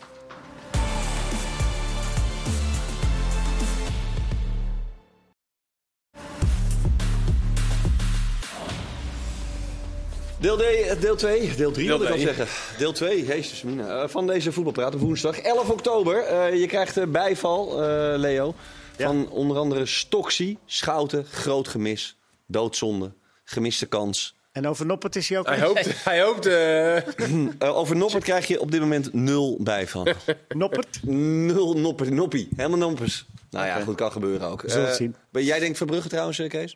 Deel D, deel twee, deel drie Deel wil ik al twee. zeggen. Deel twee, jezus mina, eh, van deze voetbalpraat op woensdag elf oktober. Eh, je krijgt eh, bijval, eh, Leo, van onder andere Stoxie, Schouten, groot gemis, doodzonde, gemiste kans. En over Noppert is hij ook. Hij hoopt, hij hoopt eh, Eh, over Noppert krijg je op dit moment nul bijval. Noppert. Nul Noppert, Noppie, helemaal Noppers. Nou ja, Oké. goed, kan gebeuren ook. We zullen het Eh, zien. maar jij denkt Verbrugge trouwens, eh, Kees?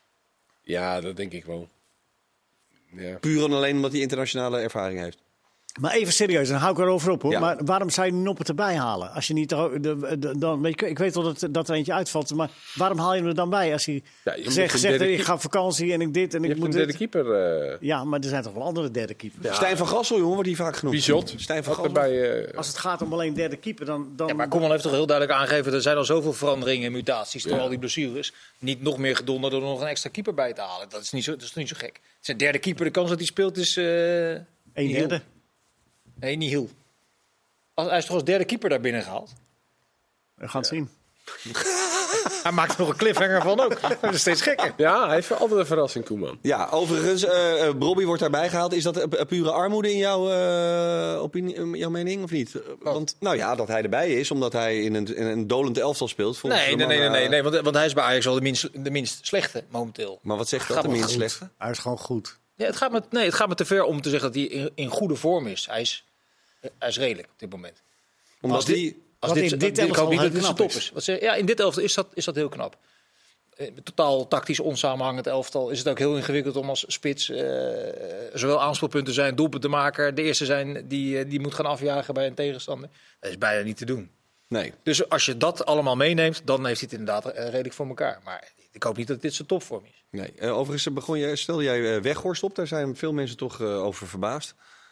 ja, dat denk ik wel. Ja. Puur en alleen omdat hij internationale ervaring heeft. Maar even serieus, dan hou ik erover op hoor. Ja. Maar waarom zou je Noppert erbij halen? Als je niet de, de, de- dan, weet je, ik weet wel dat, dat er eentje uitvalt, maar waarom haal je hem er dan bij? Als hij Ja, je moet zegt, een zegt derde ik keep- ga op vakantie en ik dit en Je ik hebt moet een derde dit. keeper. eh Ja, maar er zijn toch wel andere derde keepers. Ja. Stijn van Gassel, jongen, wordt hij vaak genoemd. Bizot. Stijn van Had Gassel. erbij. eh, Als het gaat om alleen derde keeper, dan... dan Ja, maar Koeman heeft toch heel duidelijk aangegeven... er zijn al zoveel veranderingen en mutaties door al die blessures. Niet nog meer gedonder door er nog een extra keeper bij te halen. Dat is niet zo, dat is toch niet zo gek. Zijn derde keeper, de kans dat hij speelt is... eh een niet derde. heel. Nee, niet heel. Als, hij is toch als derde keeper daar binnen gehaald? We gaan het zien. Hij maakt er nog een cliffhanger van ook. Dat is steeds gekker. ja, hij heeft altijd een verrassing, Koeman. Ja, overigens, eh eh, Brobby wordt daarbij gehaald. Is dat eh, pure armoede in jouw, eh, opinie, in jouw mening of niet? Eh, Want, nou ja, dat hij erbij is, omdat hij in een, in een dolend elftal speelt. volgens Nee, de nee, nee, nee, mannen, nee, nee want, want hij is bij Ajax wel de minst, de minst slechte momenteel. Maar wat zegt dat, Gaat de wel minst goed. slechte? Hij is gewoon goed. Ja, het, gaat met, nee, het gaat me te ver om te zeggen dat hij in, in goede vorm is. Hij is, hij is redelijk op dit moment. Omdat Als dit- die... Als Wat dit, in dit ik elftal hoop niet heel dat dit zijn knap top is. is. Wat zeg, ja, in dit elftal is dat, is dat heel knap. Eh, Totaal tactisch onsamenhangend elftal is het ook heel ingewikkeld om als spits eh, zowel aanspeelpunten zijn, doelpunten te maken. De eerste zijn die, eh, die moet gaan afjagen bij een tegenstander. Dat is bijna niet te doen. Nee. Dus als je dat allemaal meeneemt, dan heeft hij het inderdaad eh, redelijk voor elkaar. Maar ik hoop niet dat dit zijn topvorm is. nee. Eh, overigens begon je, stelde jij eh, Weghorst op. Daar zijn veel mensen toch eh, over verbaasd.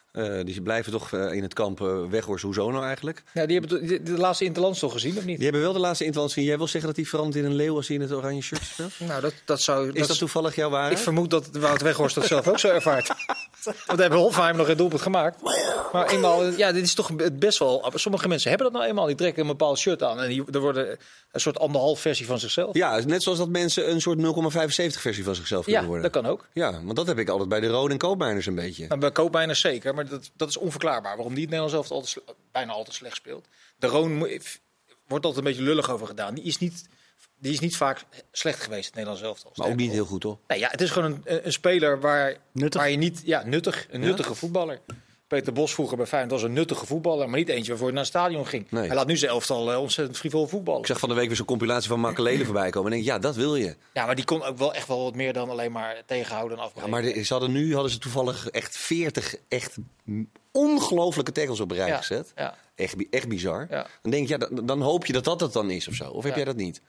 Uh, die blijven toch uh, in het kamp uh, Weghorst. Hoezo nou eigenlijk? Ja, die hebben de, de, de laatste Interlands toch gezien, of niet? Die hebben wel de laatste Interlands gezien. Jij wil zeggen dat hij verandert in een leeuw als hij in het oranje shirt speelt? Nou, dat, dat zou... Is dat, dat toevallig jouw waarheid? Ik vermoed dat Wout Weghorst dat zelf ook zo ervaart. Want hebben Hoffenheim nog geen doelpunt gemaakt. Maar eenmaal, ja, dit is toch best wel... Sommige mensen hebben dat nou eenmaal. Die trekken een bepaald shirt aan. En die, er worden een soort anderhalf versie van zichzelf. Ja, net zoals dat mensen een soort nul komma vijfenzeventig versie van zichzelf ja, kunnen worden. Ja, dat kan ook. Ja, want dat heb ik altijd bij de Rode en Koopmeiners een beetje. Nou, bij Koopmeiners zeker, maar dat, dat is onverklaarbaar. Waarom die het Nederlands zelf altijd sle- bijna altijd slecht speelt. De Roon mo- wordt altijd een beetje lullig over gedaan. Die is niet... Die is niet vaak slecht geweest, het Nederlands elftal. Maar ook niet heel goed, toch? Nee, ja, het is gewoon een, een speler waar, Nuttig. waar je niet... Ja, nuttig. Een Ja? nuttige voetballer. Peter Bos vroeger bij Feyenoord was een nuttige voetballer, maar niet eentje waarvoor hij naar het stadion ging. Nee. Hij laat nu zijn elftal uh, ontzettend frivol voetballen. Ik zag van de week weer zo'n compilatie van Makelele voorbij komen. En denk, ja, dat wil je. Ja, maar die kon ook wel echt wel wat meer dan alleen maar tegenhouden en Ja, afbreken. maar de, ze hadden nu hadden ze toevallig echt veertig echt ongelooflijke tackles op een rij Ja, gezet. ja. Echt, bi- echt bizar. Ja. Dan denk ik, ja, dan, dan hoop je dat dat het dan is of zo. Of heb Ja. jij dat niet?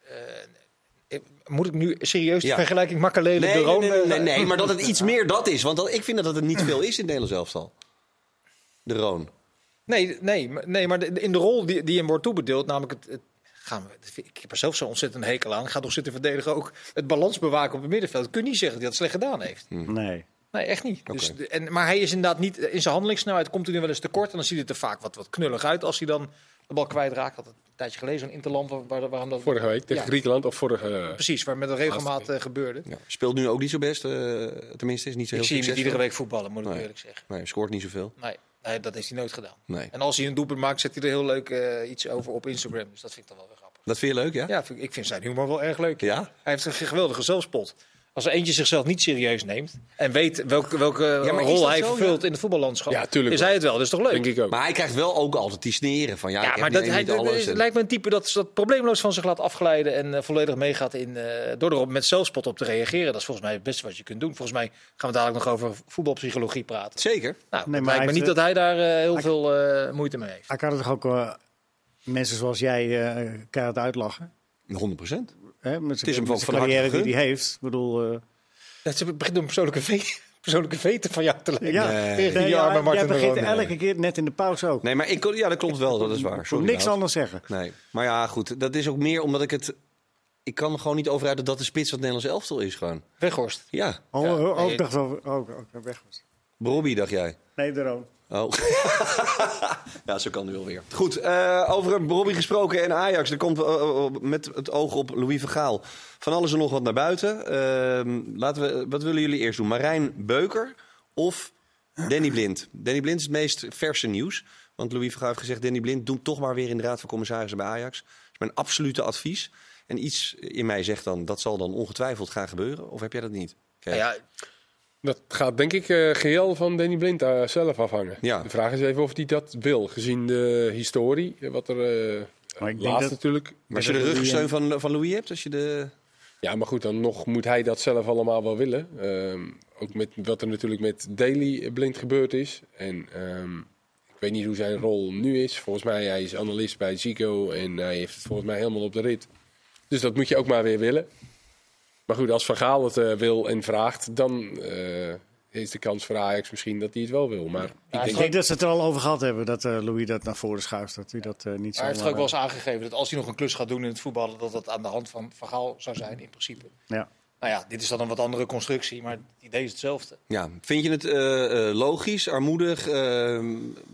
Moet ik nu serieus de Ja. vergelijking Makelele Nee, de Roon... nee, nee, nee, eh, nee, maar dat het iets meer dat is. Want dat, ik vind dat het niet veel is in het Nederlands elftal. De Roon. Nee, nee, maar- nee, maar de- in de rol die, die hem wordt toebedeeld, namelijk het, het gaan we, ik heb er zelf zo ontzettend een hekel aan. Gaat toch zitten verdedigen ook het balans bewaken op het middenveld. Dat kun je niet zeggen dat hij dat slecht gedaan heeft. Nee. Nee, echt niet. Oké. Dus, de- en, maar hij is inderdaad niet in zijn handelingssnelheid. Komt hij nu wel eens tekort en dan ziet het er vaak wat, wat knullig uit als hij dan de bal kwijtraakt. Dat had een tijdje geleden zo'n interland waar, waar, waarom dat Vorige week tegen Ja. Griekenland of vorige... precies, waar met een regelmaat uh, gebeurde. Ja. Speelt nu ook niet zo best. Uh, tenminste, is niet zo heel Ik zie hem niet succesvol. iedere week voetballen, moet ik Nee. eerlijk zeggen. Nee, scoort niet zoveel. Nee, nee, dat heeft hij nooit gedaan. Nee. En als hij een doelpunt maakt, zet hij er heel leuk uh, iets over op Instagram. Dus dat vind ik dan wel weer grappig. Dat vind je leuk, ja? Ja, vind- ik vind zijn humor wel erg leuk. Ja? Hij heeft een geweldige zelfspot. Als er eentje zichzelf niet serieus neemt en weet welke, welke maar is rol dat hij zo? vervult Ja. in het voetballandschap, Ja, tuurlijk is wel. hij het wel. Dat is toch leuk? Denk ik ook. Maar hij krijgt wel ook altijd die sneren van ja, Ja, ik maar heb dat, niet- hij, niet dat alles. is- en- lijkt me een type dat, dat probleemloos van zich laat afglijden en uh, volledig meegaat in, uh, door erop met zelfspot op te reageren. Dat is volgens mij het beste wat je kunt doen. Volgens mij gaan we dadelijk nog over voetbalpsychologie praten. Zeker. Nou, Nee, het maar lijkt me hij niet heeft, dat hij daar uh, heel hij- veel uh, moeite mee heeft. Hij kan er toch ook uh, mensen zoals jij uh, keihard uitlachen? honderd procent. Hè? Met is hem zijn van- met van zijn harte carrière die gegund. hij heeft. Ik bedoel... Uh, Het begint een persoonlijke, ve- persoonlijke veten van jou te lijken. ja, Nee. Tegen die nee, ja, arme jij Martin de begint Roon. elke keer net in de pauze ook. Nee, maar ik, ja, dat klopt wel. Dat is waar. Ik wil Sorry, niks Wout. anders zeggen. Nee, maar ja, goed. Dat is ook meer omdat ik het... Ik kan er gewoon niet over uit dat dat de spits van het Nederlands elftal is gewoon. Weghorst. Ja. Oh, Ja, oh, oh, nee. ik dacht wel... Oh, oh, ik weg was. Robbie, dacht jij. Nee, de Roon. Oh. Ja, zo kan nu alweer. Goed, uh, over Robbie gesproken en Ajax. Er komt uh, met het oog op Louis van Gaal van alles en nog wat naar buiten. Uh, laten we, wat willen jullie eerst doen? Marijn Beuker of Danny Blind? Danny Blind is het meest verse nieuws. Want Louis van Gaal heeft gezegd... Danny Blind doet toch maar weer in de Raad van Commissarissen bij Ajax. Dat is mijn absolute advies. En iets in mij zegt dan... dat zal dan ongetwijfeld gaan gebeuren. Of heb jij dat niet? Kees? Nou ja, Dat gaat denk ik uh, geheel van Danny Blind uh, zelf afhangen. Ja. De vraag is even of hij dat wil, gezien de historie. Wat er uh, Maar ik denk laatst dat- natuurlijk... Maar als je de ruggensteun van, van Louis hebt... Als je de... Ja, maar goed, dan nog moet hij dat zelf allemaal wel willen. Um, ook met wat er natuurlijk met Daley Blind gebeurd is. En um, ik weet niet hoe zijn rol nu is. Volgens mij hij is analist bij Zico en hij heeft het volgens mij helemaal op de rit. Dus dat moet je ook maar weer willen. Maar goed, als Van Gaal het uh, wil en vraagt, dan uh, is de kans voor Ajax misschien dat hij het wel wil. Maar ik hij denk Ik denk dat ze het er al over gehad hebben, dat uh, Louis dat naar voren schuift. Dat hij dat uh, niet zo... hij heeft toch ook wel eens aangegeven dat als hij nog een klus gaat doen in het voetballen, dat dat aan de hand van Van Gaal zou zijn in principe. Ja. Nou ja, dit is dan een wat andere constructie, maar het idee is hetzelfde. Ja, vind je het uh, uh, logisch, armoedig? Uh,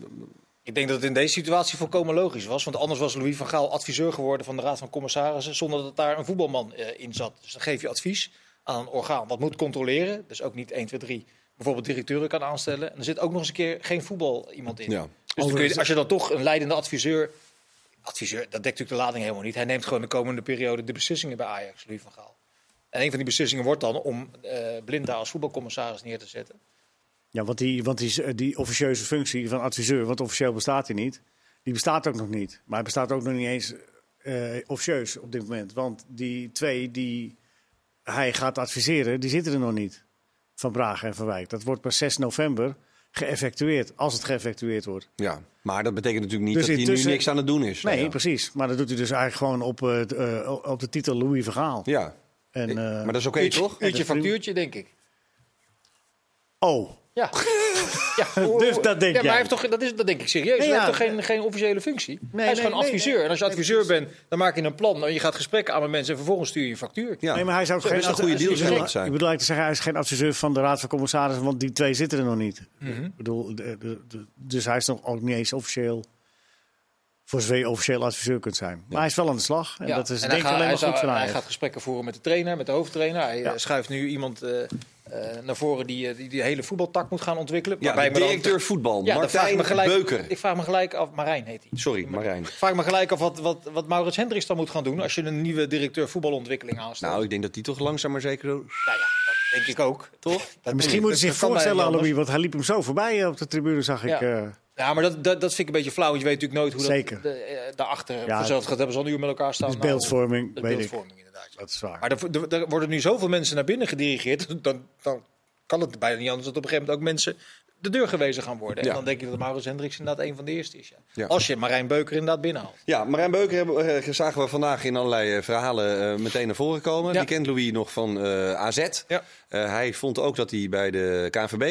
Ik denk dat het in deze situatie volkomen logisch was. Want anders was Louis van Gaal adviseur geworden van de Raad van Commissarissen zonder dat daar een voetbalman uh, in zat. Dus dan geef je advies aan een orgaan wat moet controleren. Dus ook niet één, twee, drie bijvoorbeeld directeuren kan aanstellen. En er zit ook nog eens een keer geen voetbal iemand in. ja. Dus dan kun je, als je dan toch een leidende adviseur... Adviseur, dat dekt natuurlijk de lading helemaal niet. Hij neemt gewoon de komende periode de beslissingen bij Ajax, Louis van Gaal. En een van die beslissingen wordt dan om uh, Blind daar als voetbalcommissaris neer te zetten. Ja, want, die, want die, die officieuze functie van adviseur, want officieel bestaat hij niet, die bestaat ook nog niet. Maar hij bestaat ook nog niet eens uh, officieus op dit moment. Want die twee die hij gaat adviseren, die zitten er nog niet. Van Braga en Van Wijk. Dat wordt pas zes november geëffectueerd, als het geëffectueerd wordt. Ja, maar dat betekent natuurlijk niet Dus dat hij intussen- nu niks aan het doen is. Nee, Ja. precies. Maar dat doet hij dus eigenlijk gewoon op, uh, uh, op de titel Louis van Gaal. Ja, En, uh, maar dat is oké, Uurtje, toch? uurtje factuurtje, denk ik. Oh, Ja. Ja, Dus dat denk ja, maar jij. hij heeft toch, dat, is, dat denk ik serieus. Nee, hij ja. heeft toch geen, geen officiële functie? Nee, hij is nee, gewoon nee, adviseur. nee. En als je adviseur bent, dan maak je een plan. En je gaat gesprekken aan met mensen en vervolgens stuur je een factuur. Ja. Nee, maar hij zou Zo, geen best een goede adv- deal ik bedoel- schijnt te zijn. Ik bedoel eigenlijk te zeggen, hij is geen adviseur van de Raad van Commissarissen, want die twee zitten er nog niet. Ik bedoel, de, de, de- dus hij is nog ook niet eens officieel, voor zover je officieel adviseur kunt zijn. Maar hij is wel aan de slag. En Ja, dat is en denk ik hij, alleen gaat, maar hij, goed voor zou- hij Ajax. gaat gesprekken voeren met de trainer, met de hoofdtrainer. Hij Ja. eh, schuift nu iemand eh, eh, naar voren die, eh, die die hele voetbaltak moet gaan ontwikkelen. Ja, Waarbij de me dan- directeur voetbal, Ja, dan vraag ik Martijn me gelijk, Beuker. Ik vraag me gelijk af, Marijn heet hij. Sorry, Marijn. Ik vraag me gelijk af wat, wat, wat Maurits Hendricks dan moet gaan doen als je een nieuwe directeur voetbalontwikkeling aanstelt. Nou, ik denk dat die toch langzaam maar zeker... Nou ja, dat denk ik ook. Toch? Dat Misschien moet hij zich dat kan voorstellen, bijna niet Louis, want hij liep hem zo voorbij eh, op de tribune, zag ik. Ja. eh, anders. Ja, maar dat, dat, dat vind ik een beetje flauw. Want je weet natuurlijk nooit hoe Zeker. dat de, eh, daarachter... Ja, Ja, vanzelf gaat hebben ze al nu met elkaar staan. dus Nou, beeldvorming, dat weet ik. beeldvorming inderdaad. Ja. Dat is waar. Maar er, er, er worden nu zoveel mensen naar binnen gedirigeerd. Dan, dan kan het bijna niet anders dat op een gegeven moment ook mensen de deur gewezen gaan worden. Ja. En dan denk ik dat Maurits Hendricks inderdaad een van de eerste is. Ja. Ja. Als je Marijn Beuker inderdaad binnenhaalt. Ja, Marijn Beuker hebben, eh, zagen we vandaag in allerlei eh, verhalen eh, meteen naar voren komen. Ja. Die kent Louis nog van eh, A Z. Ja. Eh, hij vond ook dat hij bij de K N V B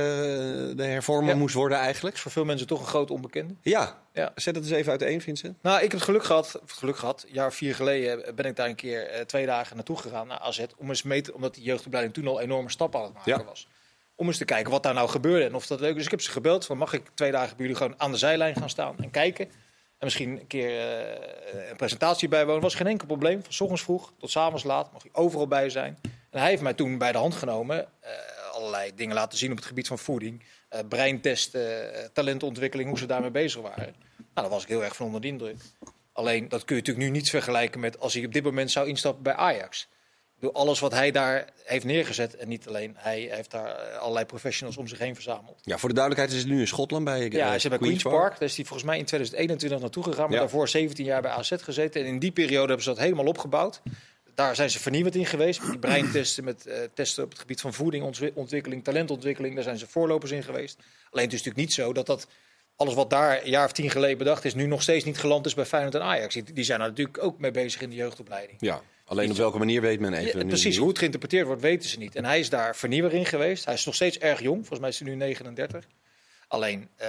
de, de hervormer Ja. moest worden eigenlijk. Is voor veel mensen toch een groot onbekende. Ja, Ja. zet het eens even uiteen, Vincent. Nou, ik heb het geluk gehad, of het geluk gehad. Een jaar of vier geleden ben ik daar een keer eh, twee dagen naartoe gegaan naar A Z. Om eens mee te, omdat die jeugdopleiding toen al enorme stappen aan het maken Ja. was. Om eens te kijken wat daar nou gebeurde en of dat leuk is. Dus ik heb ze gebeld van mag ik twee dagen bij jullie gewoon aan de zijlijn gaan staan en kijken. En misschien een keer eh, een presentatie bijwonen. Was geen enkel probleem. Van 's ochtends vroeg tot 's avonds laat. Mag je overal bij zijn. En hij heeft mij toen bij de hand genomen. eh, allerlei dingen laten zien op het gebied van voeding. eh, breintesten, eh, talentontwikkeling. Hoe ze daarmee bezig waren. Nou, daar was ik heel erg van onder de indruk. Alleen, dat kun je natuurlijk nu niet vergelijken met als hij op dit moment zou instappen bij Ajax. Ik bedoel, alles wat hij daar heeft neergezet. En niet alleen hij, hij heeft daar eh, allerlei professionals om zich heen verzameld. Ja, voor de duidelijkheid is het nu in Schotland bij Ja, hij eh, zit bij Queen's Park. Daar is hij volgens mij in twintig eenentwintig naartoe gegaan. Maar Ja. daarvoor zeventien jaar bij A Z gezeten. En in die periode hebben ze dat helemaal opgebouwd. Daar zijn ze vernieuwend in geweest. Met die breintesten, met eh, testen op het gebied van voeding, ontwi- ontwikkeling, talentontwikkeling. Daar zijn ze voorlopers in geweest. Alleen het is natuurlijk niet zo dat dat alles wat daar een jaar of tien geleden bedacht is, nu nog steeds niet geland is bij Feyenoord en Ajax. Die, die zijn er natuurlijk ook mee bezig in de jeugdopleiding. Ja, alleen op welke manier weet men even Ja, nu precies, niet. hoe het geïnterpreteerd wordt, weten ze niet. En hij is daar vernieuwer in geweest. Hij is nog steeds erg jong. Volgens mij is hij nu negenendertig. Alleen, eh,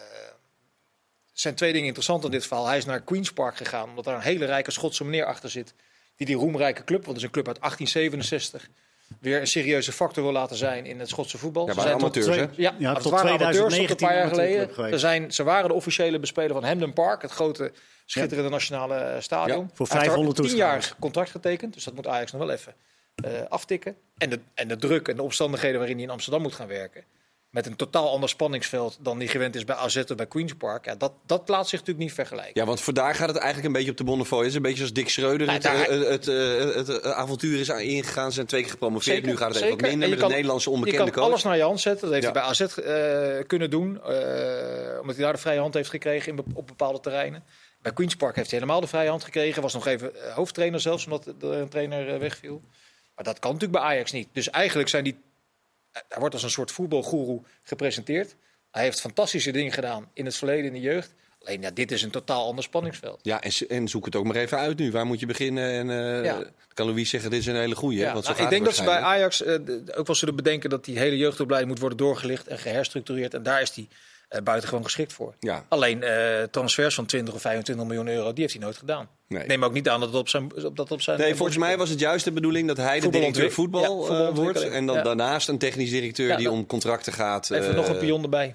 er zijn twee dingen interessant in dit verhaal. Hij is naar Queen's Park gegaan, omdat daar een hele rijke Schotse meneer achter zit. Die die roemrijke club, want het is een club uit achttien zevenenzestig... weer een serieuze factor wil laten zijn in het Schotse voetbal. Ja, Ze waren zijn tot amateurs, twee- hè? Ja, Ja, het tot waren amateurs tot een paar jaar tweeduizend negentien geleden. geweest. Ze, zijn, ze waren de officiële bespeler van Hampden Park, het grote schitterende nationale eh, stadion. Ja, voor Hij heeft vijfhonderd daar een toeschouwers. tienjarig contract getekend, dus dat moet Ajax nog wel even eh, aftikken. En de, en de druk en de omstandigheden waarin hij in Amsterdam moet gaan werken. Met een totaal ander spanningsveld dan die gewend is bij A Z of bij Queen's Park. Ja, dat, dat laat zich natuurlijk niet vergelijken. Ja, want vandaar gaat het eigenlijk een beetje op de Bonnefoy. Het is een beetje als Dick Schreuder Ja, het, daar- eh, het, eh, het, eh, avontuur is ingegaan. Ze zijn twee keer gepromoveerd. Zeker, nu gaat het even zeker. wat minder En je met een kan- Nederlandse Je onbekende kan coach. alles naar je hand zetten. Dat heeft Ja. hij bij A Z eh, kunnen doen. eh, omdat hij daar de vrije hand heeft gekregen in, be- op bepaalde terreinen. Bij Queen's Park heeft hij helemaal de vrije hand gekregen. Was nog even eh, hoofdtrainer zelfs, omdat er een trainer eh, wegviel. Maar dat kan natuurlijk bij Ajax niet. Dus eigenlijk zijn die... Hij wordt als een soort voetbalgoeroe gepresenteerd. Hij heeft fantastische dingen gedaan in het verleden, in de jeugd. Alleen, ja, dit is een totaal ander spanningsveld. Ja, en, z- en zoek het ook maar even uit nu. Waar moet je beginnen? En eh, Ja. kan Louis zeggen, dit is een hele goeie. Ja, Want zo nou, gaat ik denk het dat ze bij waarschijnlijk. Ajax eh, d- ook wel zullen bedenken dat die hele jeugdopleiding moet worden doorgelicht en geherstructureerd. En daar is die uh, buitengewoon geschikt voor. Ja, Alleen eh, transfers van twintig of vijfentwintig miljoen euro, die heeft hij nooit gedaan. nee. Ik neem ook niet aan dat het op zijn... Op, dat op zijn Nee, volgens mij was het juist de bedoeling dat hij de directeur Voetbalontwik- voetbal ja, eh, voetbalontwikkeling. wordt. En dan Ja. daarnaast een technisch directeur Ja, die dat- om contracten gaat. Even eh, nog een pion erbij.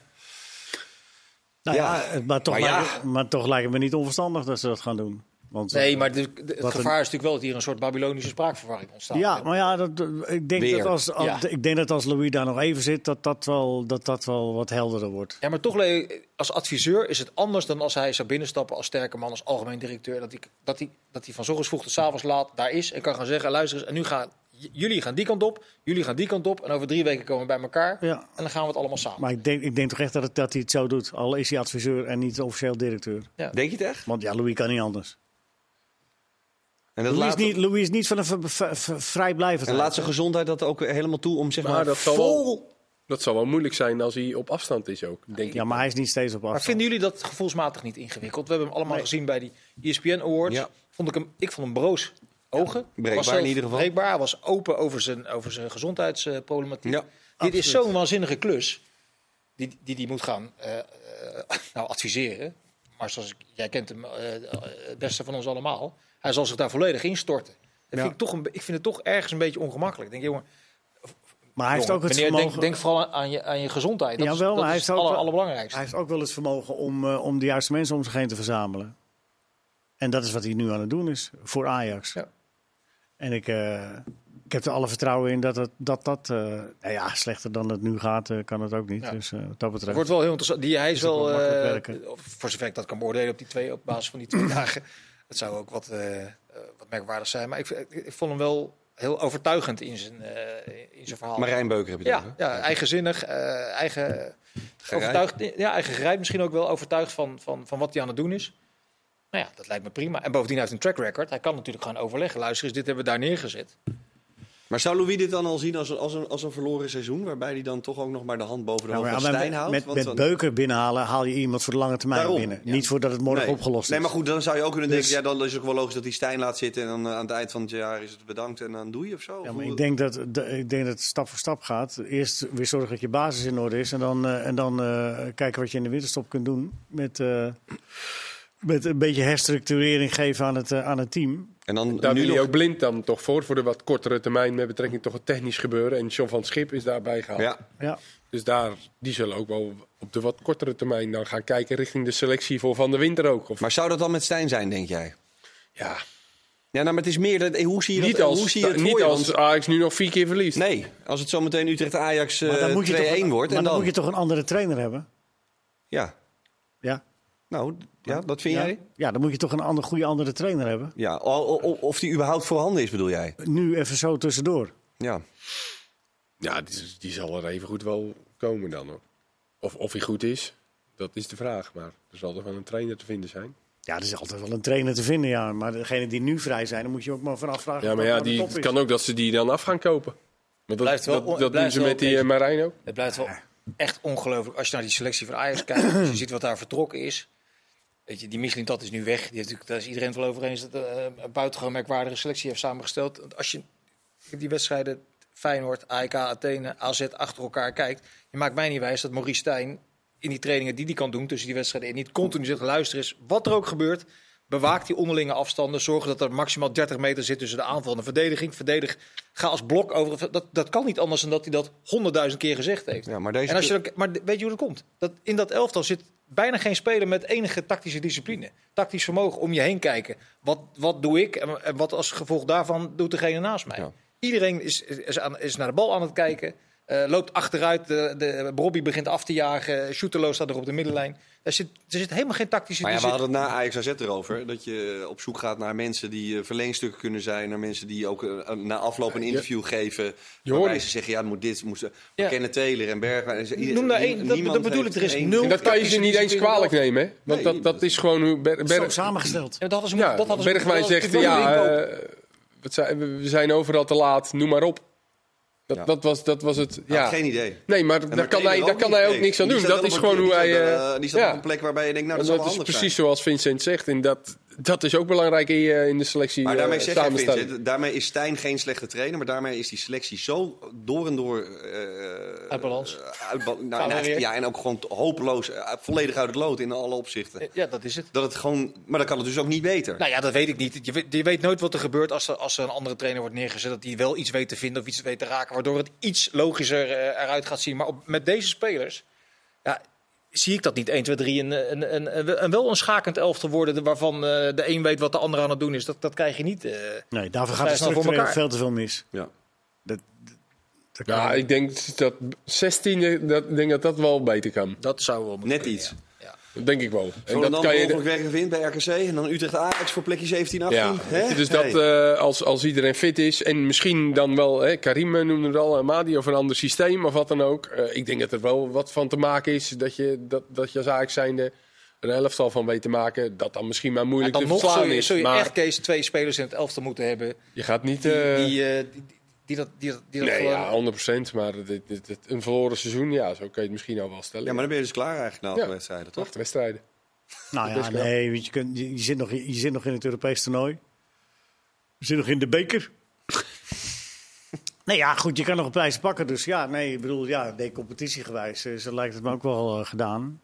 Nou ja, Ja, maar, toch maar ja. lijkt, maar toch lijkt het me niet onverstandig dat ze dat gaan doen. Want, Nee, eh, maar de, de- het Wat gevaar is natuurlijk wel dat hier een soort Babylonische spraakverwarring ontstaat. Ja, maar ja, dat, dat- ik, denk Weer. dat als, als- Ja. ik denk dat als Louis daar nog even zit, dat dat wel, dat dat wel wat helderder wordt. Ja, maar toch, Leo, als adviseur is het anders dan als hij zou binnenstappen als sterke man, als algemeen directeur. Dat hij, dat hij, dat hij van 's ochtends vroeg tot 's avonds laat daar is en kan gaan zeggen, luister eens, en nu gaan j- jullie gaan die kant op, jullie gaan die kant op. En over drie weken komen we bij elkaar Ja. en dan gaan we het allemaal samen. Maar ik denk, ik denk toch echt dat, het, dat hij het zo doet. Al is hij adviseur en niet officieel directeur. Denk je het echt? Want ja, Louis kan niet anders. En, dat Louis, laat, is niet, Louis is niet van een v- v- v- vrijblijvend. en laat zijn gezondheid dat ook helemaal toe om zeg Maar maar, dat zal vol... Dat zal wel moeilijk zijn als hij op afstand is ook, denk ik. Ja, maar hij is niet steeds op Maar afstand. vinden jullie dat gevoelsmatig niet ingewikkeld? We hebben hem allemaal gezien bij die E S P N Awards. Ja. Vond ik, hem, ik vond hem broos ogen. breekbaar Was zelf in ieder geval. Breekbaar, hij was open over zijn, over zijn gezondheidsproblematiek. Ja, Dit is absoluut. zo'n waanzinnige klus. die die, die moet gaan uh, uh, nou, adviseren. Maar zoals ik, jij kent hem uh, het beste van ons allemaal. Hij zal zich daar volledig instorten. Dat Ja. vind ik, toch een, ik vind het toch ergens een beetje ongemakkelijk. Ik denk, jongen, Maar hij heeft jongen, ook het meneer, vermogen... denk, denk vooral aan je, aan je gezondheid. Dat Jawel, is, dat maar hij is heeft het ook aller, wel- allerbelangrijkste. Hij heeft ook wel het vermogen om, uh, om de juiste mensen om zich heen te verzamelen. En dat is wat hij nu aan het doen is voor Ajax. Ja. En ik, uh, ik heb er alle vertrouwen in dat het, dat... dat uh, nou ja, slechter dan het nu gaat, uh, kan het ook niet. Ja. Dus uh, wat dat betreft... Het wordt wel heel interessant. Die, hij is Is ook wel, wel makkelijk uh, werken. of voor zover ik dat kan beoordelen op, die twee, op basis van die twee dagen. Het zou ook wat, uh, uh, wat merkwaardig zijn. Maar ik, ik, ik vond hem wel heel overtuigend in zijn, uh, in zijn verhaal. Marijn Beuker heb je het Ja, over. ja, eigenzinnig, uh, eigen, overtuigd, ja, eigen gereid misschien ook wel, overtuigd van, van, van wat hij aan het doen is. Nou ja, dat lijkt me prima. En bovendien heeft hij een track record. Hij kan natuurlijk gewoon overleggen. Luister eens, dit hebben we daar neergezet. Maar zou Louis dit dan al zien als, als, een, als een verloren seizoen? Waarbij hij dan toch ook nog maar de hand boven de Nou, hoofd maar van ja, Stijn met, houdt? met, Want met dan- Beuker binnenhalen haal je iemand voor de lange termijn Daarom, binnen. ja. Niet voordat het morgen Nee. opgelost is. Nee, maar goed, dan zou je ook kunnen denken... Dus- ja, dan is het ook wel logisch dat hij Stijn laat zitten... en dan uh, aan het eind van het jaar is het bedankt en dan doe je of zo. Ja, Of maar hoe- ik denk dat, de, ik denk dat het stap voor stap gaat. Eerst weer zorgen dat je basis in orde is. En dan, uh, en dan uh, kijken wat je in de winterstop kunt doen. Met, uh, met een beetje herstructurering geven aan het, uh, aan het team. En dan Daar nu wil je nog... ook blind dan toch voor, voor de wat kortere termijn met betrekking tot het technisch gebeuren. En John van het Schip is daarbij gehaald. Ja, Ja. Dus daar, die zullen ook wel op de wat kortere termijn dan gaan kijken richting de selectie voor Van de Winter ook. Of, maar zou dat dan met Stijn zijn, denk jij? ja, Ja, nou, maar het is meer... Dat, hoe zie je dat? niet als, hoe zie je het niet voor je? als Want- Ajax nu nog vier keer verliest. Nee, als het zometeen Utrecht-Ajax uh, Maar dan moet je toch, twee-een wordt... maar en dan, dan... moet je toch een andere trainer hebben? Ja, Ja. nou, ja, dat vind ja. jij? Ja, dan moet je toch een andere, goede andere trainer hebben. Ja, o- o- o- of die überhaupt voorhanden is, bedoel jij? Nu even zo tussendoor. Ja. Ja, die, die zal er even goed wel komen dan hoor. Of, of hij goed is, dat is de vraag. Maar er zal er wel een trainer te vinden zijn. Ja, er is altijd wel een trainer te vinden, ja. Maar degene die nu vrij zijn, dan moet je ook maar vanaf vragen. Ja, maar wat ja, nou de die, top het is. kan ook dat ze die dan af gaan kopen. Maar dat, Blijft wel- dat, dat het blijft doen ze wel met die deze- uh, Marijn ook. Het blijft wel echt ongelooflijk als je naar die selectie van Ajax kijkt. Als je ziet wat daar vertrokken is. Weet je, die Michelin dat is nu weg. Die heeft natuurlijk, daar is iedereen het wel over eens dat uh, een buitengewoon merkwaardige selectie heeft samengesteld. Want als je die wedstrijden Feyenoord, A E K, Athene, A Z achter elkaar kijkt. Je maakt mij niet wijs dat Maurice Stijn in die trainingen die hij kan doen tussen die wedstrijden in niet continu zegt luister eens wat er ook gebeurt. Bewaak die onderlinge afstanden. Zorg dat er maximaal dertig meter zit tussen de aanval en de verdediging. Verdedig, ga als blok over. Dat, dat kan niet anders dan dat hij dat honderdduizend keer gezegd heeft. Ja, maar deze En als je dan, maar weet je hoe dat komt? Dat in dat elftal zit bijna geen speler met enige tactische discipline. Tactisch vermogen om je heen kijken. Wat, wat doe ik en, en wat als gevolg daarvan doet degene naast mij? Ja. Iedereen is, is, aan, is naar de bal aan het kijken. Uh, loopt achteruit. De, de, Robbie begint af te jagen. Shooterlo staat er op de middenlijn. Er zit, er zit helemaal geen tactische Maar ja, we discipline. hadden het na Ajax A Z erover. Dat je op zoek gaat naar mensen die uh, verlengstukken kunnen zijn. Naar mensen die ook uh, na afloop een interview geven. Waarbij hoort- ze zeggen, ja, het moet dit. Moest, Ja. Kennen Taylor en Bergwijn. Noem daar één, dat- dat bedoel ik, er is nul- En dat kan je ze tactische niet eens discipline kwalijk nemen, hè? Want Nee, dat, dat is gewoon hoe Ber- Zo Ber- samengesteld. Ja, dat hadden ze ja, moeten- dat hadden ze Bergwijn moeten- zegt, dat is wel ja, een inkoop. uh, wat zei- we we zijn overal te laat, noem maar op. Dat, Ja. dat, was, dat was het. Ja. Ja. Geen idee. Nee, maar En daar maar kan Taylor hij, daar kan niet, hij ook nee. niks aan Die doen. staat Dat dan is op gewoon een- hoe die hij. staat dan, uh, uh, Die staat ja. op een plek waarbij je denkt, nou, En dat dat zal is wel handig precies zijn. zoals Vincent zegt. En dat, dat is ook belangrijk in, je- in de selectie. Maar daarmee uh, zeg je, samenstelling. Vincent, daarmee is Stijn geen slechte trainer. Maar daarmee is die selectie zo door en door... Uh, Uit balans. uh, uit ba- nou, Gaan we nou, weer. ja, en ook gewoon hopeloos, uh, volledig uit het lood in alle opzichten. Ja, dat is het. Dat het gewoon, maar dan kan het dus ook niet beter. Nou ja, dat weet ik niet. Je weet, je weet nooit wat er gebeurt als er, als er een andere trainer wordt neergezet. Dat hij wel iets weet te vinden of iets weet te raken. Waardoor het iets logischer uh, eruit gaat zien. Maar op, met deze spelers ja, zie ik dat niet één, twee, drie een, een, een, een, een wel een schakend elftal worden. Waarvan uh, de een weet wat de ander aan het doen is. Dat, dat krijg je niet. Uh, Nee, daarvoor vrij gaat er snel voor structureel elkaar. veel te veel mis. Ja. Dat, dat, dat kan- Ja, ik denk dat zestien, dat, ik denk dat dat wel beter kan. dat zou wel moeten Net kunnen, iets. ja. Ja. Dat denk ik wel. En Volendam dat kan je. mogelijk werken vindt bij R K C. En dan Utrecht Ajax voor plekje zeventien, achttien. Ja, Hè? weet je, dus Hey. dat uh, als, als iedereen fit is en misschien dan wel, hè, Karim noemde het al, Madi of een ander systeem of wat dan ook. Uh, ik denk dat er wel wat van te maken is dat je, dat, dat je als Ajax zijnde een elftal van weet te maken. Dat dan misschien maar En moeilijk dan te nog verslaan zul je, is. zul je maar echt Kees twee spelers in het elftal moeten hebben. je gaat niet... Die, uh, die, uh, die, die, dat, die, dat, die dat nee, gewoon... ja, honderd procent. Maar dit, dit, dit- een verloren seizoen, ja, zo kan je het misschien al wel stellen. Ja, maar dan ben je dus klaar eigenlijk na alle Ja. wedstrijden, toch? Acht wedstrijden. Nou Dat ja, is wel. nee, want je, kunt, je, je, zit nog, in- je zit nog in het Europees toernooi. Je zit nog in de beker. Nee, ja, goed, je kan nog een prijs pakken. Dus ja, nee, ik bedoel, ja, de competitiegewijs uh, zo lijkt het me ook wel uh, gedaan.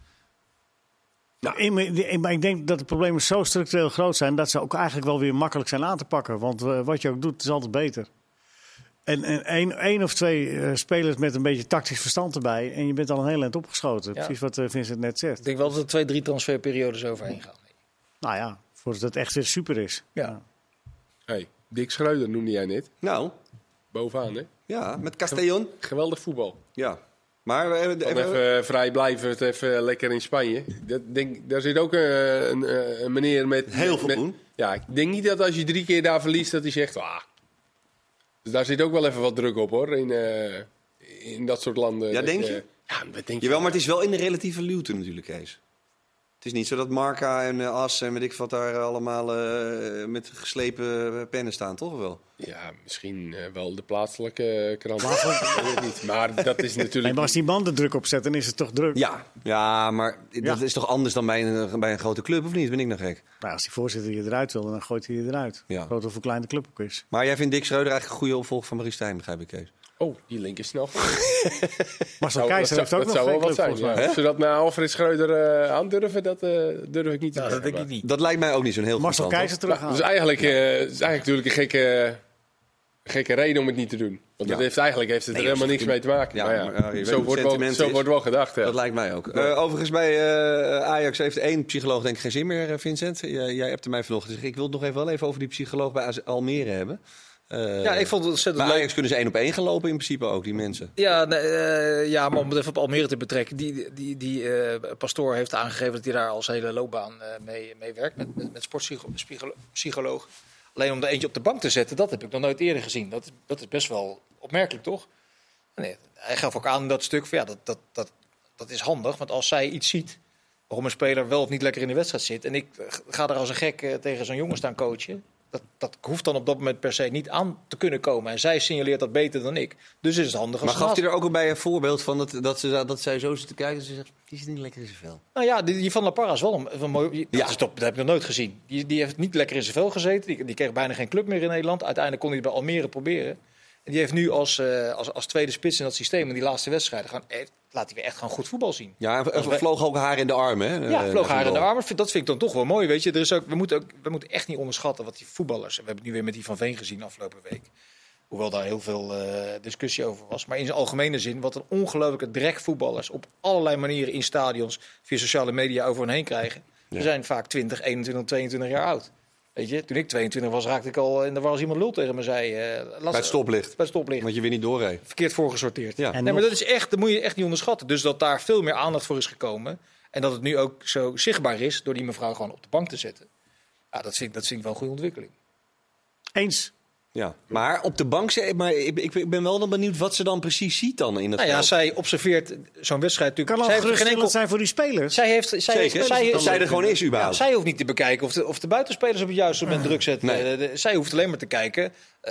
Nou, ik, maar ik denk dat de problemen zo structureel groot zijn dat ze ook eigenlijk wel weer makkelijk zijn aan te pakken. Want uh, wat je ook doet, is altijd beter. En, en één, één of twee uh, spelers met een beetje tactisch verstand erbij en je bent al een heel eind opgeschoten. Ja. Precies wat uh, Vincent net zegt. Ik denk wel dat er twee, drie transferperiodes overheen gaan. Nou ja, voordat het echt weer super is. Ja. Ja. Hey, Dick Schreuder noemde jij net. Nou, Bovenaan, hè? ja, met Castellón. Geweldig voetbal. Ja. Maar we hebben Dan even uh, vrij blijven, even lekker in Spanje. Dat, denk, daar zit ook een, een, een meneer met... heel veel met, doen. Ja, ik denk niet dat als je drie keer daar verliest, dat hij zegt... Ah. Dus daar zit ook wel even wat druk op, hoor. In, uh, in dat soort landen. Ja, denk je? je? Ja, wat denk je? Jawel, maar het is wel in de relatieve luwte natuurlijk, Kees. Het is niet zo dat Marca en uh, As en weet ik wat daar allemaal uh, met geslepen pennen staan, toch wel? Ja, misschien uh, wel de plaatselijke krant. Ik weet het niet. Maar dat is natuurlijk... Nee, maar als die man er druk op zet, dan is het toch druk? Ja, ja maar dat Ja. is toch anders dan bij een, bij een grote club, of niet? Ben ik nou gek? Nou, als die voorzitter je eruit wil, dan gooit hij je eruit. Ja. Groot of hoe klein de club ook is. Maar jij vindt Dick Schreuder eigenlijk een goede opvolger van Marie Stijn, begrijp ik, Kees? Oh, die link is snel. Marcel Nou, Keizer dat heeft ook zou, nog dat geen zou wel club, wat zijn. volgens mij. Ja. Of ze dat naar Alfred Schreuder uh, aandurven, dat uh, durf ik niet te Nou, dat zeggen. denk ik niet. Dat lijkt mij ook niet zo'n heel Marcel goed plan, Keizer toch? Maar, terughalen. dus eigenlijk, uh, het is eigenlijk natuurlijk een gekke, gekke reden om het niet te doen. Want Ja. dat heeft, eigenlijk heeft het er Nee, helemaal dat is niks mee te maken. Ja, maar ja, maar, ja, je weet zo hoe wordt wel, sentiment zo is. wordt wel gedacht. Ja. Dat lijkt mij ook. Uh, overigens, bij uh, Ajax heeft één psycholoog denk ik geen zin meer, uh, Vincent. Jij, jij appte mij vanochtend. Zeg, ik wil het nog even, wel even over die psycholoog bij Az- Almere hebben. Uh, Ja, ik vond het ontzettend bij leuk. Ajax kunnen ze één op één gaan lopen in principe ook, die mensen. Ja, nee, uh, ja, maar om het even op Almere te betrekken. Die, die, die uh, pastoor heeft aangegeven dat hij daar als hele loopbaan uh, mee, mee werkt. Met, met, met sportpsycholoog. Alleen om er eentje op de bank te zetten, dat heb ik nog nooit eerder gezien. Dat, dat is best wel opmerkelijk, toch? Nee, hij gaf ook aan in dat stuk van ja, dat, dat, dat, dat is handig. Want als zij iets ziet waarom een speler wel of niet lekker in de wedstrijd zit. En ik ga er als een gek uh, tegen zo'n jongen staan coachen. Dat, dat hoeft dan op dat moment per se niet aan te kunnen komen. En zij signaleert dat beter dan ik. Dus is het handig als Maar gaf hij er ook al bij een voorbeeld van dat, dat, ze, dat zij zo zit te kijken en ze zegt, die zit niet lekker in zijn vel. Nou ja, die, die van La Parra is wel een, een mooi... Dat, Ja. is top, dat heb ik nog nooit gezien. Die, die heeft niet lekker in zijn vel gezeten. Die, die kreeg bijna geen club meer in Nederland. Uiteindelijk kon hij het bij Almere proberen. En die heeft nu als, uh, als, als tweede spits in dat systeem in die laatste wedstrijden gaan... Eh, laat hij weer echt gewoon goed voetbal zien. Ja, en v- vloog ook haar in de armen. Hè? Ja, Uh, vloog na haar in de goal. armen. Dat vind ik dan toch wel mooi, weet je. Er is ook, we, moeten ook, we moeten echt niet onderschatten wat die voetballers... We hebben het nu weer met die Van Veen gezien afgelopen week. Hoewel daar heel veel uh, discussie over was. Maar in zijn algemene zin, wat een ongelooflijke drek voetballers... op allerlei manieren in stadions, via sociale media over hen heen krijgen. Ja. Ze zijn vaak twintig, eenentwintig, tweeëntwintig jaar oud. Weet je, toen ik tweeëntwintig was, raakte ik al... en er was iemand lul tegen me zei... Uh, las, Bij het stoplicht. Bij het stoplicht. Want je weer niet doorreed. Verkeerd voorgesorteerd. Ja. En Nee, maar nog- dat is echt, dat moet je echt niet onderschatten. Dus dat daar veel meer aandacht voor is gekomen. En dat het nu ook zo zichtbaar is door die mevrouw gewoon op de bank te zetten. Ja, dat vind ik, dat vind ik wel een goede ontwikkeling. Eens. Ja. Maar op de bank, ze- maar ik, ik ik ben wel dan benieuwd wat ze dan precies ziet dan in dat Nou ja, veld. zij observeert zo'n wedstrijd natuurlijk. Kan al zij heeft geen geruststellend enkel. zijn voor die spelers. Zij heeft, zij Zeker, heeft, zij, dat zij er gewoon is ja, überhaupt. zij hoeft niet te bekijken of de, of de buitenspelers op het juiste moment druk zetten. Nee. Eh, de- zij hoeft alleen maar te kijken eh,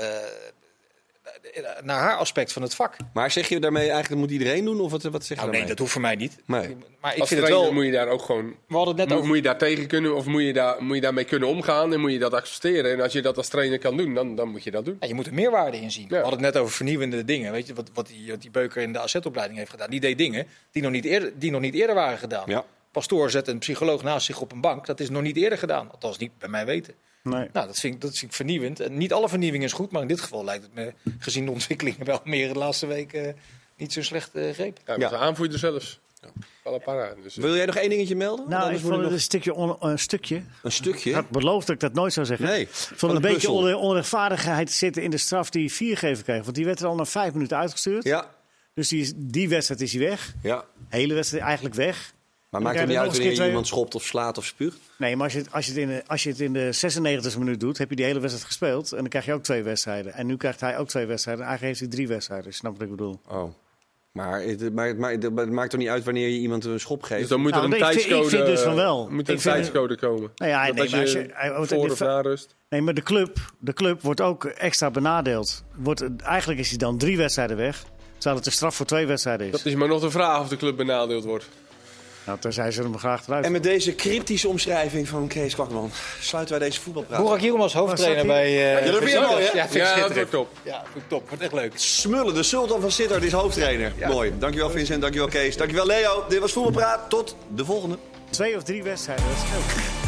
naar haar aspect van het vak. Maar zeg je daarmee eigenlijk dat moet iedereen doen? Of wat, wat zeg je Nou, nee, daarmee? dat hoeft voor mij niet. Nee. Maar ik Als vind het trainer wel. moet je daar ook gewoon... We hadden het net Moet, over. moet je daar tegen kunnen of moet je, daar, moet je daarmee kunnen omgaan en moet je dat accepteren. En als je dat als trainer kan doen, dan, dan moet je dat doen. Ja, je moet er meerwaarde in zien. Ja. We hadden het net over vernieuwende dingen. Weet je, wat, wat, die, wat die Beuker in de A Z-opleiding heeft gedaan. Die deed dingen die nog niet eerder, die nog niet eerder waren gedaan. Ja. Pastoor zet een psycholoog naast zich op een bank. Dat is nog niet eerder gedaan. Althans, niet bij mij weten. Nee. Nou, dat vind ik, dat vind ik vernieuwend. En niet alle vernieuwing is goed. Maar in dit geval lijkt het me, gezien de ontwikkelingen bij Almere de laatste week, uh, niet zo slecht uh, greep. Ja, Ja. met de aanvoerder zelfs. Alle para. Dus, Wil jij nog één dingetje melden? Nou, ik Anders moet vond ik het nog een stukje, on- een stukje. een Ik stukje. had beloofd dat ik dat nooit zou zeggen. Nee, Ik van vond de een beetje puzzel. onre- onrechtvaardigheid zitten in de straf die Viergever kreeg. Want die werd er al na vijf minuten uitgestuurd. Ja, Dus die, is- die wedstrijd is hij weg. ja. Hele wedstrijd eigenlijk weg. Maar Dan maakt het krijg niet je uit nog eens wanneer je keer iemand schopt of slaat of spuugt? Nee, maar als je, het, als, je het in de, als je het in de zesennegentigste minuut doet, heb je die hele wedstrijd gespeeld. En dan krijg je ook twee wedstrijden. En nu krijgt hij ook twee wedstrijden. Eigenlijk heeft hij drie wedstrijden. Snap wat ik bedoel? Oh. Maar het, maar, het, maakt- het maakt toch niet uit wanneer je iemand een schop geeft? dus dan moet er Nou, een ik vind- ik tijdscode, vind dus van wel. Moet er Ik een vind- tijdscode komen. Nou ja, Dat nee, als maar als je je, hij wordt voor in of de- na rust. nee, maar de club, de club wordt ook extra benadeeld. Wordt, eigenlijk is hij dan drie wedstrijden weg. Terwijl het een straf voor twee wedstrijden is. Dat is maar nog de vraag of de club benadeeld wordt. Nou, tenzij ze hem graag eruit. En met deze cryptische omschrijving van Kees Kwakman sluiten wij deze voetbalpraat. Burak Yilmaz, hoofdtrainer Was dat bij... Uh, Ja, dat vind je mooi, hè? Ja, vind ik Ja, dat schitterend. wordt top. Ja, vind ik top. Wordt echt leuk. Smullen, de sultan van Sittard is hoofdtrainer. Ja. Mooi. Dankjewel Vincent, dankjewel Kees. Dankjewel Leo. Dit was Voetbalpraat. Tot de volgende. Twee of drie wedstrijden, dat scheelt.